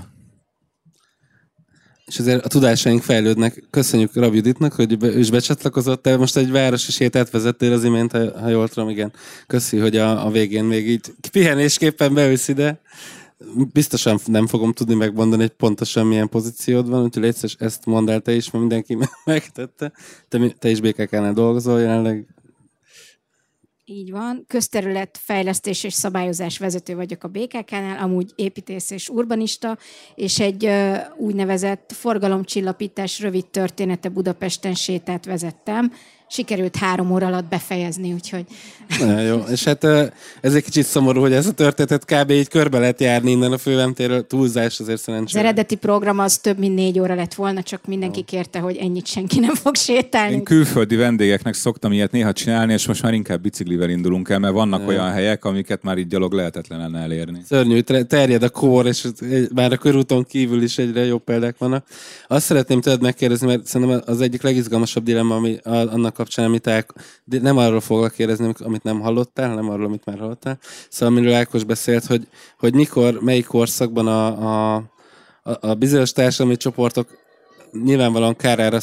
És azért a tudásaink fejlődnek. Köszönjük Rab Juditnak, hogy ő is becsatlakozott. Te most egy városi sétát vezettél az imént, ha jól tudom, igen. Köszi, hogy a végén még így pihenésképpen beülsz ide. Biztosan nem fogom tudni megmondani, hogy pontosan milyen pozíciód van, úgyhogy légy ezt mondd el te is, mert mindenki megtette. Te is BKK-nál dolgozol jelenleg. Így van. Közterületfejlesztés és szabályozás vezető vagyok a BKK-nál, amúgy építész és urbanista, és egy úgynevezett forgalomcsillapítás rövid története Budapesten sétát vezettem. Sikerült 3 óra alatt befejezni, úgyhogy... Nagyon jó. És hát ez egy kicsit szomorú, hogy ez a történetet kb. Így körbe lehet járni innen a fővámtéről. Túlzás azért szerencsére. Az eredeti program az több mint 4 óra lett volna, csak mindenki kérte, hogy ennyit senki nem fog sétálni. Én külföldi vendégeknek szoktam ilyet néha csinálni, és most már inkább biciklivel indulunk el, mert vannak olyan helyek, amiket már így gyalog lehetetlen lenne elérni. Szörnyű, terjed a kór, és már a körúton kívül is egyre jobb példák vannak. Azt szeretném tőled megkérdezni, mert szerintem az egyik legizgalmasabb dilemma, ami annak kapcsán, amit nem arról foglak kérdezni, amit nem hallottál, hanem arról, amit már hallottál. Szóval amiről Ákos beszélt, hogy mikor, melyik korszakban a bizonyos társadalmi csoportok nyilvánvalóan kárára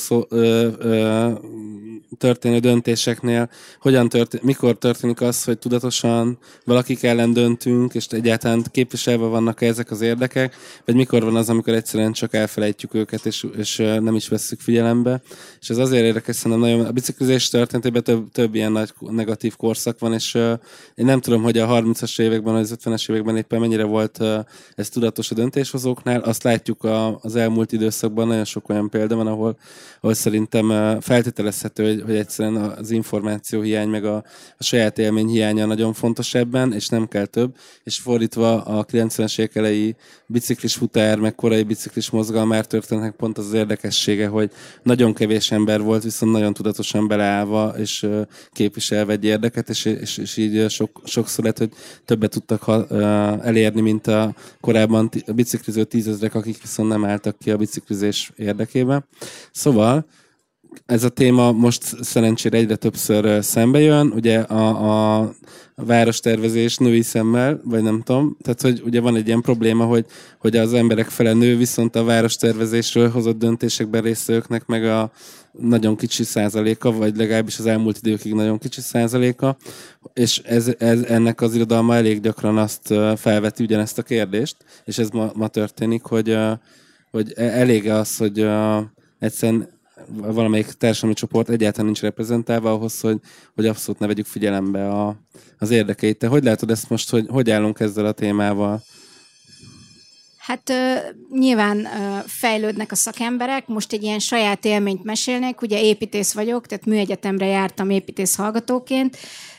történő döntéseknél mikor történik az, hogy tudatosan valakik ellen döntünk, és egyáltalán képviselve vannak ezek az érdekek, vagy mikor van az, amikor egyszerűen csak elfelejtjük őket, és nem is vesszük figyelembe. És ez azért érdekes, szerintem nagyon a biciklizés történetében több ilyen nagy negatív korszak van, és én nem tudom, hogy a 30-as években, vagy az 50-es években éppen mennyire volt ez tudatos a döntéshozóknál. Azt látjuk az elmúlt időszakban, nagyon sok olyan példa van, ahol szerintem feltételezhető, hogy egyszerűen az információ hiány, meg a saját élmény hiánya nagyon fontos ebben, és nem kell több. És fordítva a 90-es évek elejé biciklis futár, meg korai biciklis mozgalmár történetnek pont az érdekessége, hogy nagyon kevés ember volt, viszont nagyon tudatosan beleállva, és képviselve egy érdeket, és így sokszor lett, hogy többet tudtak elérni, mint a korábban a bicikliző 10 000-ek, akik viszont nem álltak ki a biciklizés érdekében. Szóval ez a téma most szerencsére egyre többször szembe jön, ugye a várostervezés női szemmel, vagy nem tudom, tehát hogy ugye van egy ilyen probléma, hogy az emberek fele nő, viszont a várostervezésről hozott döntésekben résztvevőknek meg a nagyon kicsi százaléka, vagy legalábbis az elmúlt időkig nagyon kicsi százaléka, és ez ennek az irodalma elég gyakran azt felveti ugyanezt a kérdést, és ez ma történik, hogy elég az, hogy egyszerűen valamelyik társadalmi csoport egyáltalán nincs reprezentálva ahhoz, hogy abszolút ne vegyük figyelembe az érdekeit. Te hogy látod ezt most, hogy állunk ezzel a témával? Hát nyilván fejlődnek a szakemberek, most egy ilyen saját élményt mesélnék, ugye építész vagyok, tehát műegyetemre jártam építész hallgatóként.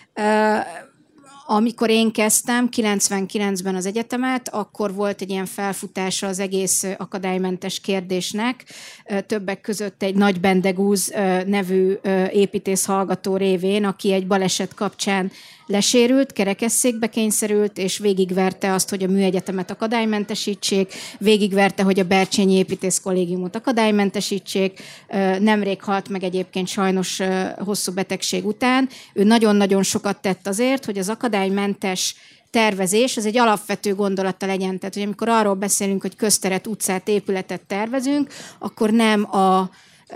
Amikor én kezdtem 99-ben az egyetemet, akkor volt egy ilyen felfutása az egész akadálymentes kérdésnek. Többek között egy Nagy Bendegúz nevű építész hallgató révén, aki egy baleset kapcsán lesérült, kerekesszékbe kényszerült, és végigverte azt, hogy a műegyetemet akadálymentesítsék, végigverte, hogy a Bercsényi Építész Kollégiumot akadálymentesítsék, nemrég halt meg egyébként sajnos hosszú betegség után. Ő nagyon-nagyon sokat tett azért, hogy az akadálymentes tervezés, ez egy alapvető gondolata legyen. Tehát, hogy amikor arról beszélünk, hogy közteret, utcát, épületet tervezünk, akkor nem a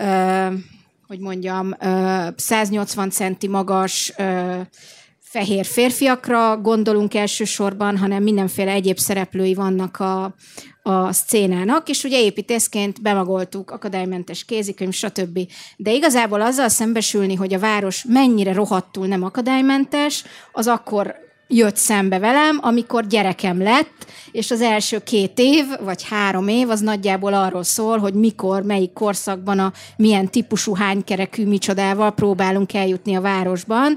180 centi magas fehér férfiakra gondolunk elsősorban, hanem mindenféle egyéb szereplői vannak a szcénának, és ugye építészként bemagoltuk akadálymentes kézikönyv, stb. De igazából azzal szembesülni, hogy a város mennyire rohadtul nem akadálymentes, az akkor jött szembe velem, amikor gyerekem lett, és az első 2 év, vagy 3 év, az nagyjából arról szól, hogy mikor, melyik korszakban, milyen típusú, hánykerekű, micsodával próbálunk eljutni a városban,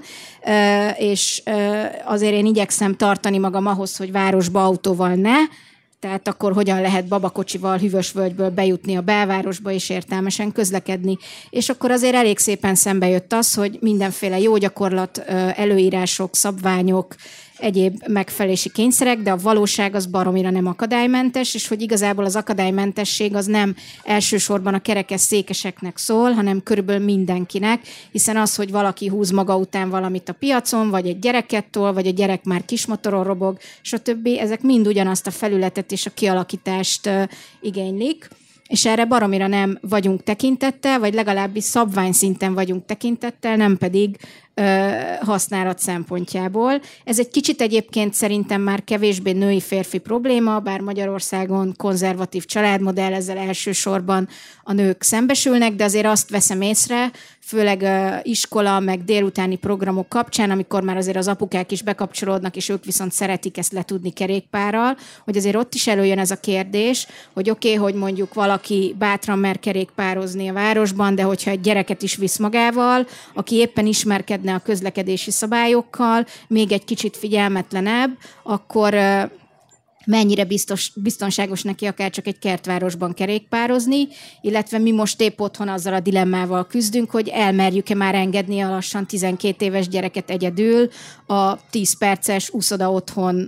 és azért én igyekszem tartani magam ahhoz, hogy városba autóval ne, tehát akkor hogyan lehet babakocsival Hűvösvölgyből bejutni a belvárosba és értelmesen közlekedni. És akkor azért elég szépen szembe jött az, hogy mindenféle jó gyakorlat, előírások, szabványok, egyéb megfelelési kényszerek, de a valóság az baromira nem akadálymentes, és hogy igazából az akadálymentesség az nem elsősorban a kerekes székeseknek szól, hanem körülbelül mindenkinek, hiszen az, hogy valaki húz maga után valamit a piacon, vagy egy gyereket tol, vagy a gyerek már kismotoron robog, stb. Ezek mind ugyanazt a felületet és a kialakítást igénylik, és erre baromira nem vagyunk tekintettel, vagy legalábbis szabványszinten vagyunk tekintettel, nem pedig használat szempontjából. Ez egy kicsit egyébként szerintem már kevésbé női-férfi probléma, bár Magyarországon konzervatív családmodell, ezzel elsősorban a nők szembesülnek, de azért azt veszem észre, főleg iskola, meg délutáni programok kapcsán, amikor már azért az apukák is bekapcsolódnak, és ők viszont szeretik ezt letudni kerékpárral, hogy azért ott is előjön ez a kérdés, hogy oké, hogy mondjuk valaki bátran mer kerékpározni a városban, de hogyha egy gyereket is visz magával, aki éppen ismerkedne a közlekedési szabályokkal, még egy kicsit figyelmetlenebb, akkor mennyire biztonságos neki akár csak egy kertvárosban kerékpározni, illetve mi most épp otthon azzal a dilemmával küzdünk, hogy elmerjük-e már engedni a lassan 12 éves gyereket egyedül a 10 perces úszoda otthon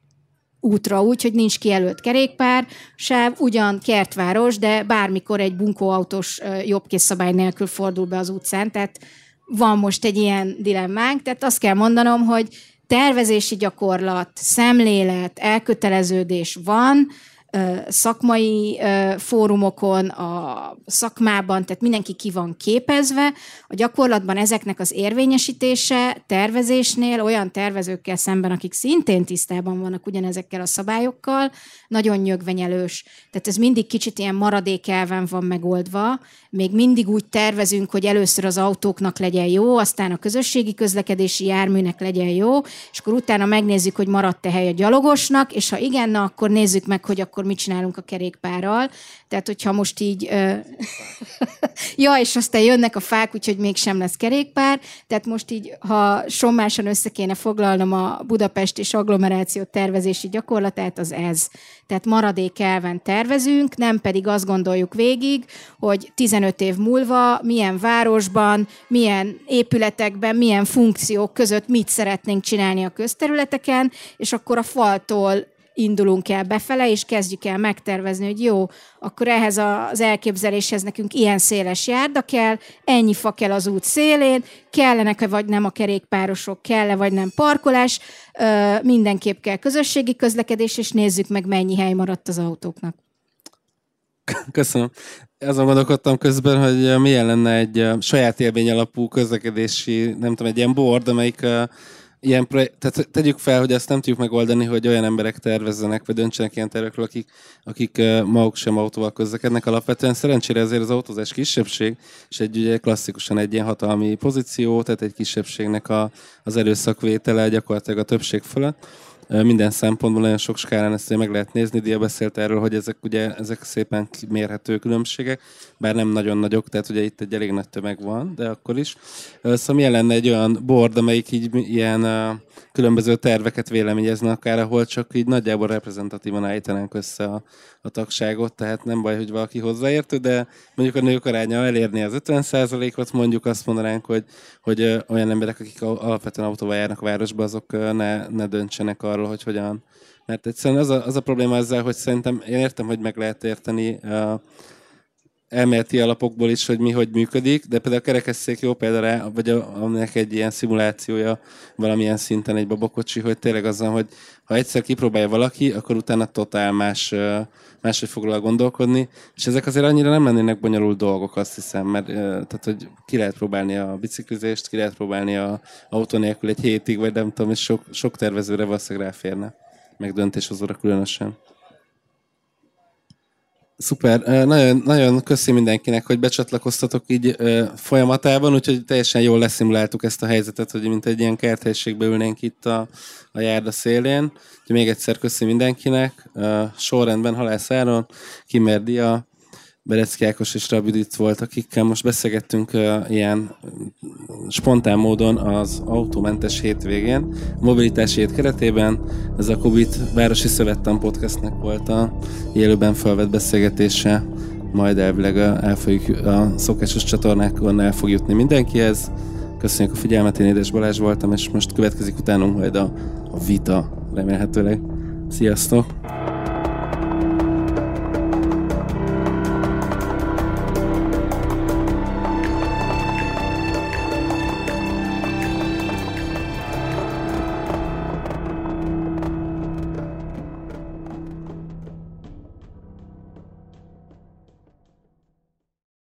útra úgy, hogy nincs kijelölt kerékpár, sáv, ugyan kertváros, de bármikor egy bunkóautós jobbkészszabály nélkül fordul be az utcán, tehát van most egy ilyen dilemmánk, tehát azt kell mondanom, hogy tervezési gyakorlat, szemlélet, elköteleződés van, szakmai fórumokon, a szakmában, tehát mindenki ki van képezve. A gyakorlatban ezeknek az érvényesítése tervezésnél olyan tervezőkkel szemben, akik szintén tisztában vannak ugyanezekkel a szabályokkal, nagyon nyögvenyelős. Tehát ez mindig kicsit ilyen maradékelven van megoldva. Még mindig úgy tervezünk, hogy először az autóknak legyen jó, aztán a közösségi közlekedési járműnek legyen jó, és akkor utána megnézzük, hogy maradt-e hely a gyalogosnak, és ha igen, na, akkor nézzük meg, hogy akkor mit csinálunk a kerékpárral. Tehát, hogyha most így... ja, és aztán jönnek a fák, úgyhogy mégsem lesz kerékpár. Tehát most így, ha sommásan össze kéne foglalnom a Budapest és agglomeráció tervezési gyakorlatát, az ez. Tehát maradék elven tervezünk, nem pedig azt gondoljuk végig, hogy 15 év múlva milyen városban, milyen épületekben, milyen funkciók között mit szeretnénk csinálni a közterületeken, és akkor a faltól indulunk el befele, és kezdjük el megtervezni, hogy jó, akkor ehhez az elképzeléshez nekünk ilyen széles járda kell, ennyi fa kell az út szélén, kellenek-e vagy nem a kerékpárosok, kell-e vagy nem parkolás, mindenképp kell közösségi közlekedés, és nézzük meg, mennyi hely maradt az autóknak. Köszönöm. Azon gondolkodtam közben, hogy milyen lenne egy saját élmény alapú közlekedési, nem tudom, egy ilyen board, amelyik ilyen tehát tegyük fel, hogy azt nem tudjuk megoldani, hogy olyan emberek tervezzenek, vagy döntsenek ilyen tervekről, akik maguk sem autóval közlekednek. Alapvetően szerencsére azért az autózás kisebbség, és ugye klasszikusan egy ilyen hatalmi pozíció, tehát egy kisebbségnek az erőszakvétele gyakorlatilag a többség fölött. minden szempontból nagyon sok skálán ezt meg lehet nézni. Dia beszélt erről, hogy ezek szépen mérhető különbségek, bár nem nagyon nagyok, tehát ugye itt egy elég nagy tömeg van, de akkor is. Szóval milyen lenne egy olyan board, amelyik így ilyen különböző terveket véleményezne akár, ahol csak így nagyjából reprezentatívan állítanánk össze a tagságot, tehát nem baj, hogy valaki hozzáértő, de mondjuk a nők aránya elérni az 50%-ot, mondjuk azt mondanánk, hogy olyan emberek, akik alapvetően autóval járnak a városba, azok ne döntsenek arról, hogy hogyan. Mert egyszerűen az a probléma ezzel, hogy szerintem én értem, hogy meg lehet érteni elméleti alapokból is, hogy mi hogy működik, de például a kerekesszék jó példa rá, vagy aminek egy ilyen szimulációja valamilyen szinten egy babakocsi, hogy tényleg azzal, hogy ha egyszer kipróbálja valaki, akkor utána totál máshogy fog róla gondolkodni, és ezek azért annyira nem lennének bonyolult dolgok, azt hiszem, mert tehát, hogy ki lehet próbálni a biciklizést, ki lehet próbálni a autó nélkül egy hétig, vagy nem tudom, és sok tervezőre valószínűleg ráférne, meg döntéshozóra különösen. Szuper, nagyon, nagyon köszi mindenkinek, hogy becsatlakoztatok így folyamatában, úgyhogy teljesen jól leszimuláltuk ezt a helyzetet, hogy mint egy ilyen kerthelyiségbe ülnénk itt a járda szélén. Úgyhogy még egyszer köszi mindenkinek. Sorrendben Halász Áron, Kimmer Dia, Berecki Ákos és Rab Judit volt, akikkel most beszélgettünk ilyen spontán módon az autómentes hétvégén, a mobilitási hét keretében. Ez a Kubit Városi Szövettan podcastnek volt a élőben felvett beszélgetése, majd elvileg a szokásos csatornákon el fog jutni mindenkihez. Köszönjük a figyelmet, én Édes Balázs voltam, és most következik utánunk majd a vita, remélhetőleg. Sziasztok!